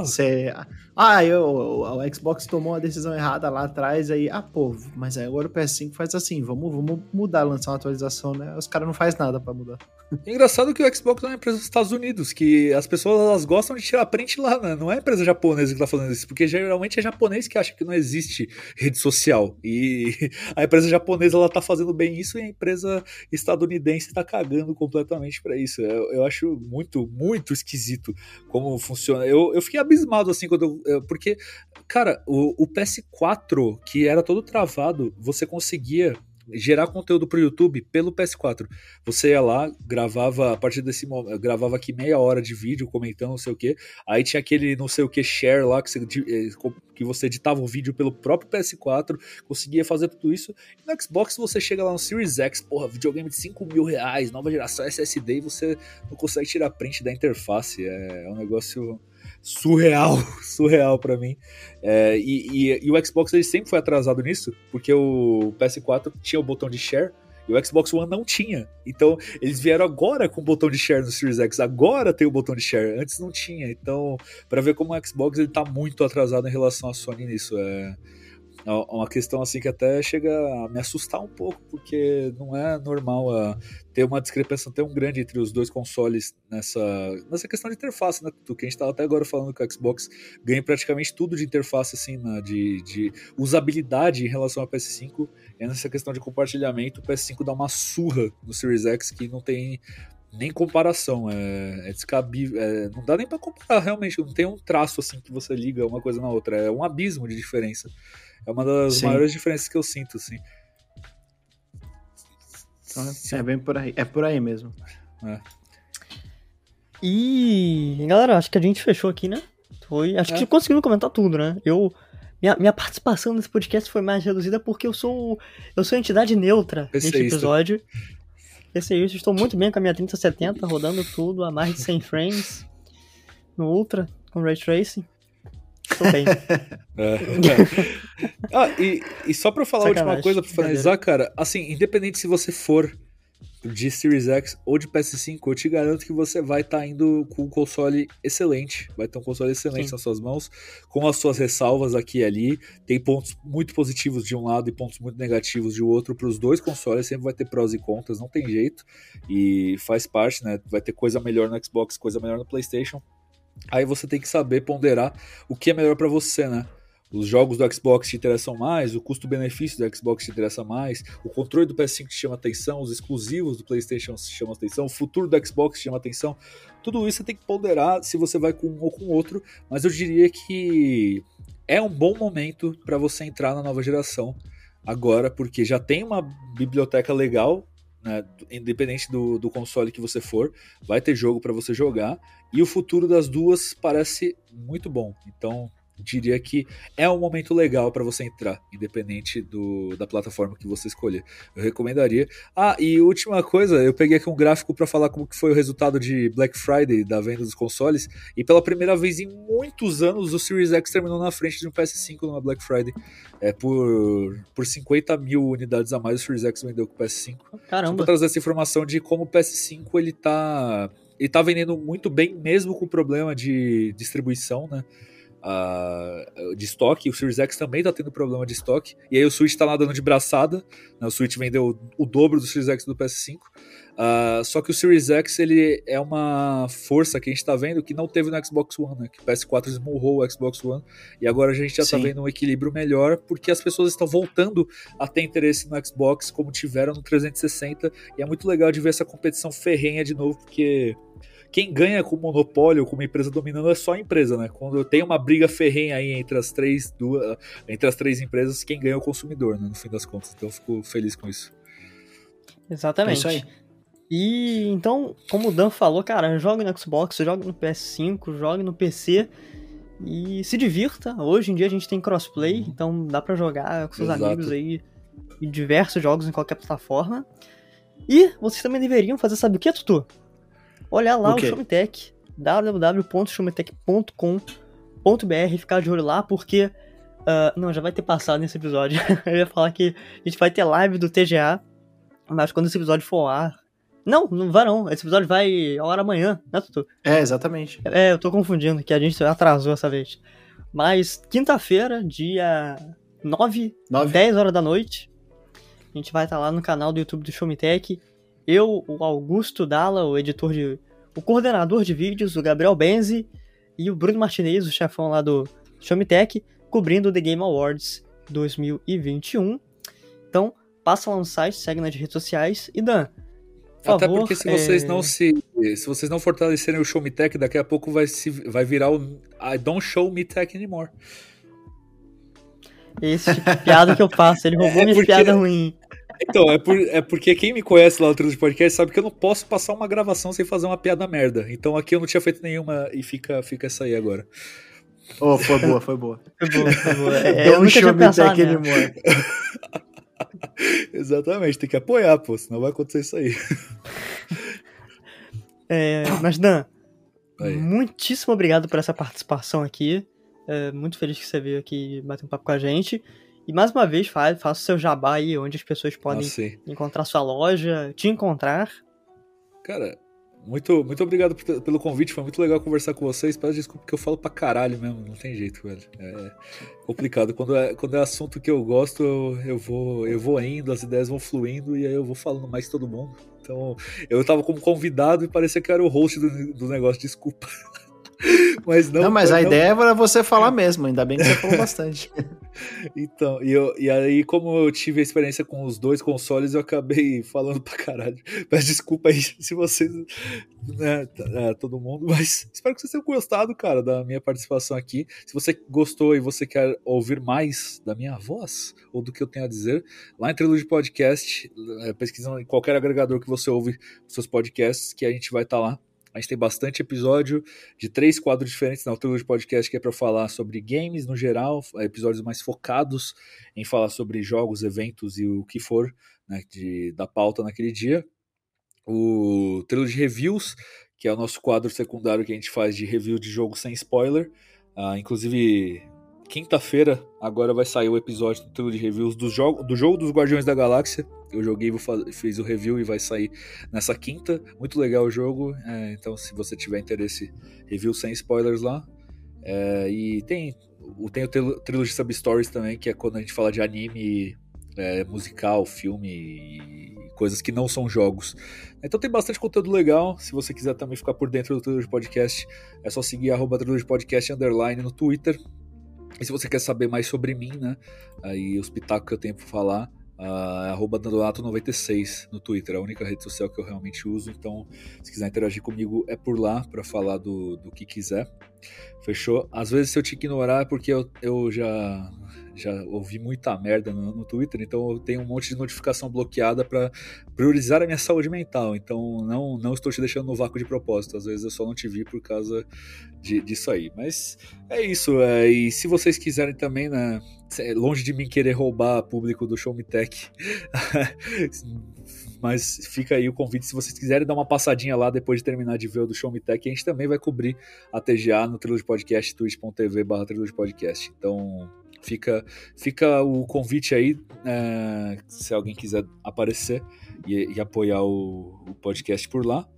O Xbox tomou uma decisão errada lá atrás, aí, mas agora o PS5 faz assim, vamos mudar, lançar uma atualização, né? Os caras não fazem nada pra mudar. É engraçado que o Xbox é uma empresa dos Estados Unidos, que as pessoas elas gostam de tirar print lá, né? Não é a empresa japonesa que tá fazendo isso, porque geralmente é japonês que acha que não existe rede social, e a empresa japonesa ela tá fazendo bem isso, e a empresa estadunidense tá cagando completamente pra isso. Eu acho muito, muito esquisito como funciona. Eu fiquei abismado assim porque, cara, o PS4, que era todo travado, você conseguia gerar conteúdo pro YouTube pelo PS4. Você ia lá, gravava a partir desse momento, gravava aqui meia hora de vídeo comentando não sei o que, aí tinha aquele não sei o que share lá que você editava o vídeo pelo próprio PS4, conseguia fazer tudo isso. E no Xbox você chega lá no Series X, videogame de R$5.000, nova geração SSD, e você não consegue tirar print da interface. É um negócio surreal pra mim. E o Xbox ele sempre foi atrasado nisso, porque o PS4 tinha o botão de share, E o Xbox One não tinha. Então, eles vieram agora com o botão de share no Series X. Agora tem o botão de share. Antes não tinha. Então, pra ver como o Xbox ele tá muito atrasado em relação à Sony nisso. É uma questão assim que até chega a me assustar um pouco, porque não é normal ter uma discrepância tão grande entre os dois consoles nessa questão de interface, né? Que a gente estava até agora falando que o Xbox ganha praticamente tudo de interface, assim, de usabilidade em relação ao PS5, e nessa questão de compartilhamento, o PS5 dá uma surra no Series X que não tem nem comparação, é descabível, não dá nem pra comparar, realmente, não tem um traço assim que você liga uma coisa na outra, é um abismo de diferença. É uma das maiores diferenças que eu sinto, assim. É bem por aí. É por aí mesmo. É. E, galera, acho que a gente fechou aqui, né? Acho que conseguimos comentar tudo, né? Minha participação nesse podcast foi mais reduzida porque eu sou entidade neutra neste episódio. PCista, estou muito bem com a minha 3070, rodando tudo a mais de 100 frames no Ultra, com Ray Tracing. Tô bem. E só pra falar a última coisa, pra finalizar, cara, assim, independente se você for de Series X ou de PS5, eu te garanto que você vai estar indo com um console excelente, vai ter um console excelente nas suas mãos, com as suas ressalvas aqui e ali, tem pontos muito positivos de um lado e pontos muito negativos de outro para os dois consoles, sempre vai ter prós e contras, não tem jeito, e faz parte, né, vai ter coisa melhor no Xbox, coisa melhor no PlayStation. Aí você tem que saber ponderar o que é melhor para você, né? Os jogos do Xbox te interessam mais, o custo-benefício do Xbox te interessa mais, o controle do PS5 te chama atenção, os exclusivos do PlayStation te chamam atenção, o futuro do Xbox te chama atenção. Tudo isso você tem que ponderar se você vai com um ou com o outro, mas eu diria que é um bom momento para você entrar na nova geração agora, porque já tem uma biblioteca legal, né, independente do console que você for, vai ter jogo para você jogar, e o futuro das duas parece muito bom. Então, diria que é um momento legal para você entrar, independente da plataforma que você escolher. Eu recomendaria. E última coisa, eu peguei aqui um gráfico para falar como que foi o resultado de Black Friday da venda dos consoles, e pela primeira vez em muitos anos o Series X terminou na frente de um PS5 numa Black Friday. Por 50 mil unidades a mais o Series X vendeu com o PS5. Caramba. Só pra trazer essa informação de como o PS5 ele tá vendendo muito bem, mesmo com o problema de distribuição, né? De estoque. O Series X também tá tendo problema de estoque, e aí o Switch tá lá dando de braçada, né? O Switch vendeu o dobro do Series X do PS5, só que o Series X ele é uma força que a gente tá vendo que não teve no Xbox One, né? Que o PS4 esmurrou o Xbox One, e agora a gente já tá vendo um equilíbrio melhor, porque as pessoas estão voltando a ter interesse no Xbox como tiveram no 360, e é muito legal de ver essa competição ferrenha de novo, porque quem ganha com o monopólio, com uma empresa dominando, é só a empresa, né? Quando tem uma briga ferrenha aí entre as três empresas, quem ganha é o consumidor, né? No fim das contas. Então eu fico feliz com isso. Exatamente. É isso aí. E então, como o Dan falou, cara, jogue no Xbox, jogue no PS5, jogue no PC e se divirta. Hoje em dia a gente tem crossplay, então dá pra jogar com seus amigos aí em diversos jogos em qualquer plataforma. E vocês também deveriam fazer, sabe o que, Tutu? Olhar lá o Showmetech, www.showmetech.com.br, ficar de olho lá, porque... não, já vai ter passado nesse episódio. Eu ia falar que a gente vai ter live do TGA, mas quando esse episódio for ao ar... Não vai não. Esse episódio vai ao ar amanhã, né, Tutu? Exatamente. Eu tô confundindo, que a gente atrasou essa vez. Mas quinta-feira, dia 10 horas da noite, a gente vai estar lá no canal do YouTube do Showmetech. Eu, o Augusto Dalla, o coordenador de vídeos, o Gabriel Benzi e o Bruno Martinez, o chefão lá do Showmetech, cobrindo o The Game Awards 2021. Então, passa lá no site, segue nas redes sociais e Dan, por Até favor, porque se vocês não fortalecerem o Showmetech, daqui a pouco vai virar o I don't show me tech anymore. Esse tipo de piada que eu faço, ele roubou minha piada ruim. Então, é porque quem me conhece lá no Trilho de Podcast sabe que eu não posso passar uma gravação sem fazer uma piada merda. Então aqui eu não tinha feito nenhuma e fica essa aí agora. Foi boa. Foi boa. Eu nunca tinha pensado anymore. Exatamente, tem que apoiar, pô, senão vai acontecer isso aí. Mas Dan, muitíssimo obrigado por essa participação aqui. Muito feliz que você veio aqui bater um papo com a gente. E mais uma vez, faça o seu jabá aí, onde as pessoas podem encontrar sua loja, te encontrar. Cara, muito obrigado pelo convite, foi muito legal conversar com vocês. Peço desculpa porque eu falo pra caralho mesmo, não tem jeito, velho. É complicado. Quando é assunto que eu gosto, eu vou indo, as ideias vão fluindo e aí eu vou falando mais que todo mundo. Então, eu tava como convidado e parecia que eu era o host do negócio, desculpa. Mas não, mas a ideia era você falar mesmo, ainda bem que você falou bastante. Então, e aí, como eu tive a experiência com os dois consoles, eu acabei falando pra caralho. Peço desculpa aí se vocês, né, todo mundo, mas espero que vocês tenham gostado, cara, da minha participação aqui. Se você gostou e você quer ouvir mais da minha voz, ou do que eu tenho a dizer, lá em Trilogy Podcast, pesquisando em qualquer agregador que você ouve os seus podcasts, que a gente vai estar lá. A gente tem bastante episódio de 3 quadros diferentes na altura de podcast, que é para falar sobre games no geral, episódios mais focados em falar sobre jogos, eventos e o que for, né, da pauta naquele dia. O Trilogy Reviews, que é o nosso quadro secundário que a gente faz de review de jogo sem spoiler. Inclusive, quinta-feira agora vai sair o episódio do Trilogy Reviews do jogo dos Guardiões da Galáxia. Eu joguei, fiz o review e vai sair nessa quinta. Muito legal o jogo, então se você tiver interesse, review sem spoilers lá. E tem o Trilogy Sub-Stories também, que é quando a gente fala de anime, musical, filme e coisas que não são jogos. Então tem bastante conteúdo legal. Se você quiser também ficar por dentro do Trilogy Podcast, é só seguir @TrilogyPodcast_ no Twitter. E se você quer saber mais sobre mim, né, aí os pitacos que eu tenho pra falar, @Dandonato96 no Twitter, é a única rede social que eu realmente uso. Então, se quiser interagir comigo, é por lá para falar do que quiser. Fechou? Às vezes, se eu te ignorar, é porque eu já ouvi muita merda no Twitter, então eu tenho um monte de notificação bloqueada para priorizar a minha saúde mental. Então, não estou te deixando no vácuo de propósito. Às vezes eu só não te vi por causa disso aí. Mas é isso. E se vocês quiserem também, né, longe de mim querer roubar público do Show Me Tech, mas fica aí o convite, se vocês quiserem dar uma passadinha lá depois de terminar de ver o do Show Me Tech, a gente também vai cobrir a TGA no Trilogy Podcast, twitch.tv/Trilogy Podcast. Então fica o convite aí, se alguém quiser aparecer e apoiar o podcast por lá.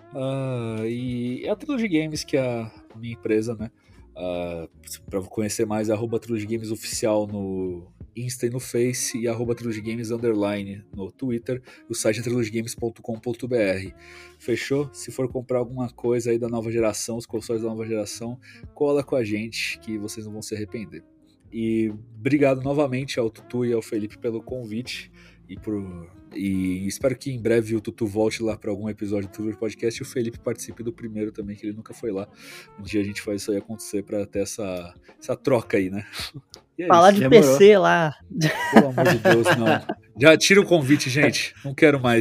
E é a Trilogy Games, que é a minha empresa, né? Para conhecer mais, é @Trilogy Games Oficial no Insta e no Face, e @Trilogy Games _ no Twitter. O site é trilogygames.com.br. Fechou? Se for comprar alguma coisa aí da nova geração, os consoles da nova geração, cola com a gente que vocês não vão se arrepender. E obrigado novamente ao Tutu e ao Felipe pelo convite e espero que em breve o Tutu volte lá para algum episódio do Trilogy Podcast e o Felipe participe do primeiro também, que ele nunca foi lá. Um dia a gente faz isso aí acontecer para ter essa troca aí, né? Falar de PC lá. Pelo amor de Deus, não. Já tira o convite, gente. Não quero mais.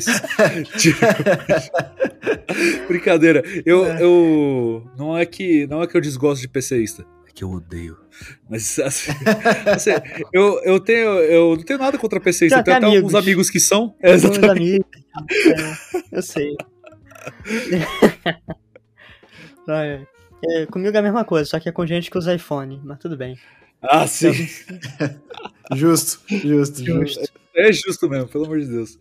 Brincadeira. Não é que eu desgosto de PCista. Que eu odeio. Mas assim, eu não tenho nada contra PC, eu tenho até alguns amigos que são. Exatamente. Eu sei. Comigo é a mesma coisa, só que é com gente que usa iPhone, mas tudo bem. Sim. Justo. É justo mesmo, pelo amor de Deus.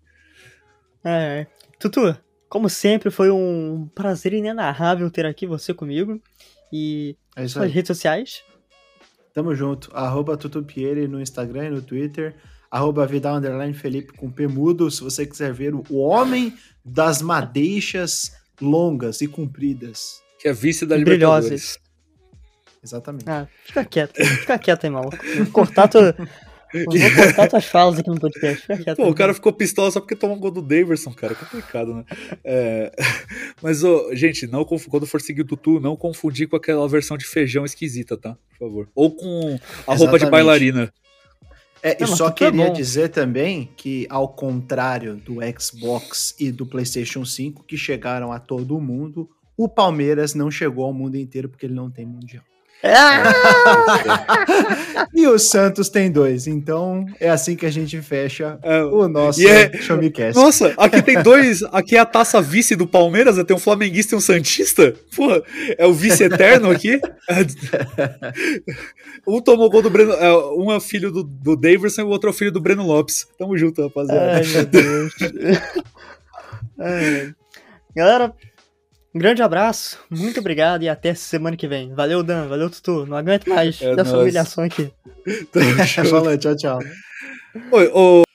Tutu, como sempre, foi um prazer inenarrável ter aqui você comigo. E suas redes sociais? Tamo junto. @TutuPieri no Instagram e no Twitter. @Vidal_Felipe com P mudo. Se você quiser ver o homem das madeixas longas e compridas. Que é vice da Libertadores. Brilhosas. Exatamente. Fica quieto aí, maluco. Vou cortar tuas falas aqui no podcast. Fica quieto. O cara ficou pistola só porque tomou um gol do Daverson, cara. É complicado, né? Mas, gente, quando for seguir o Tutu, não confundir com aquela versão de feijão esquisita, tá? Por favor. Ou com a roupa de bailarina. E só queria dizer também que, ao contrário do Xbox e do PlayStation 5, que chegaram a todo mundo, o Palmeiras não chegou ao mundo inteiro porque ele não tem mundial. E o Santos tem 2. Então é assim que a gente fecha o nosso Showmecast. Nossa, aqui tem 2. Aqui é a taça vice do Palmeiras. Tem um flamenguista e um santista. Porra, é o vice eterno aqui. Um tomou gol do Breno. Um é filho do Daverson e o outro é o filho do Breno Lopes. Tamo junto, rapaziada. Ai, meu Deus. Galera, um grande abraço, muito obrigado e até semana que vem. Valeu, Dan, valeu, Tutu. Não aguento mais dessa humilhação aqui. Falou, tchau, tchau. Oi,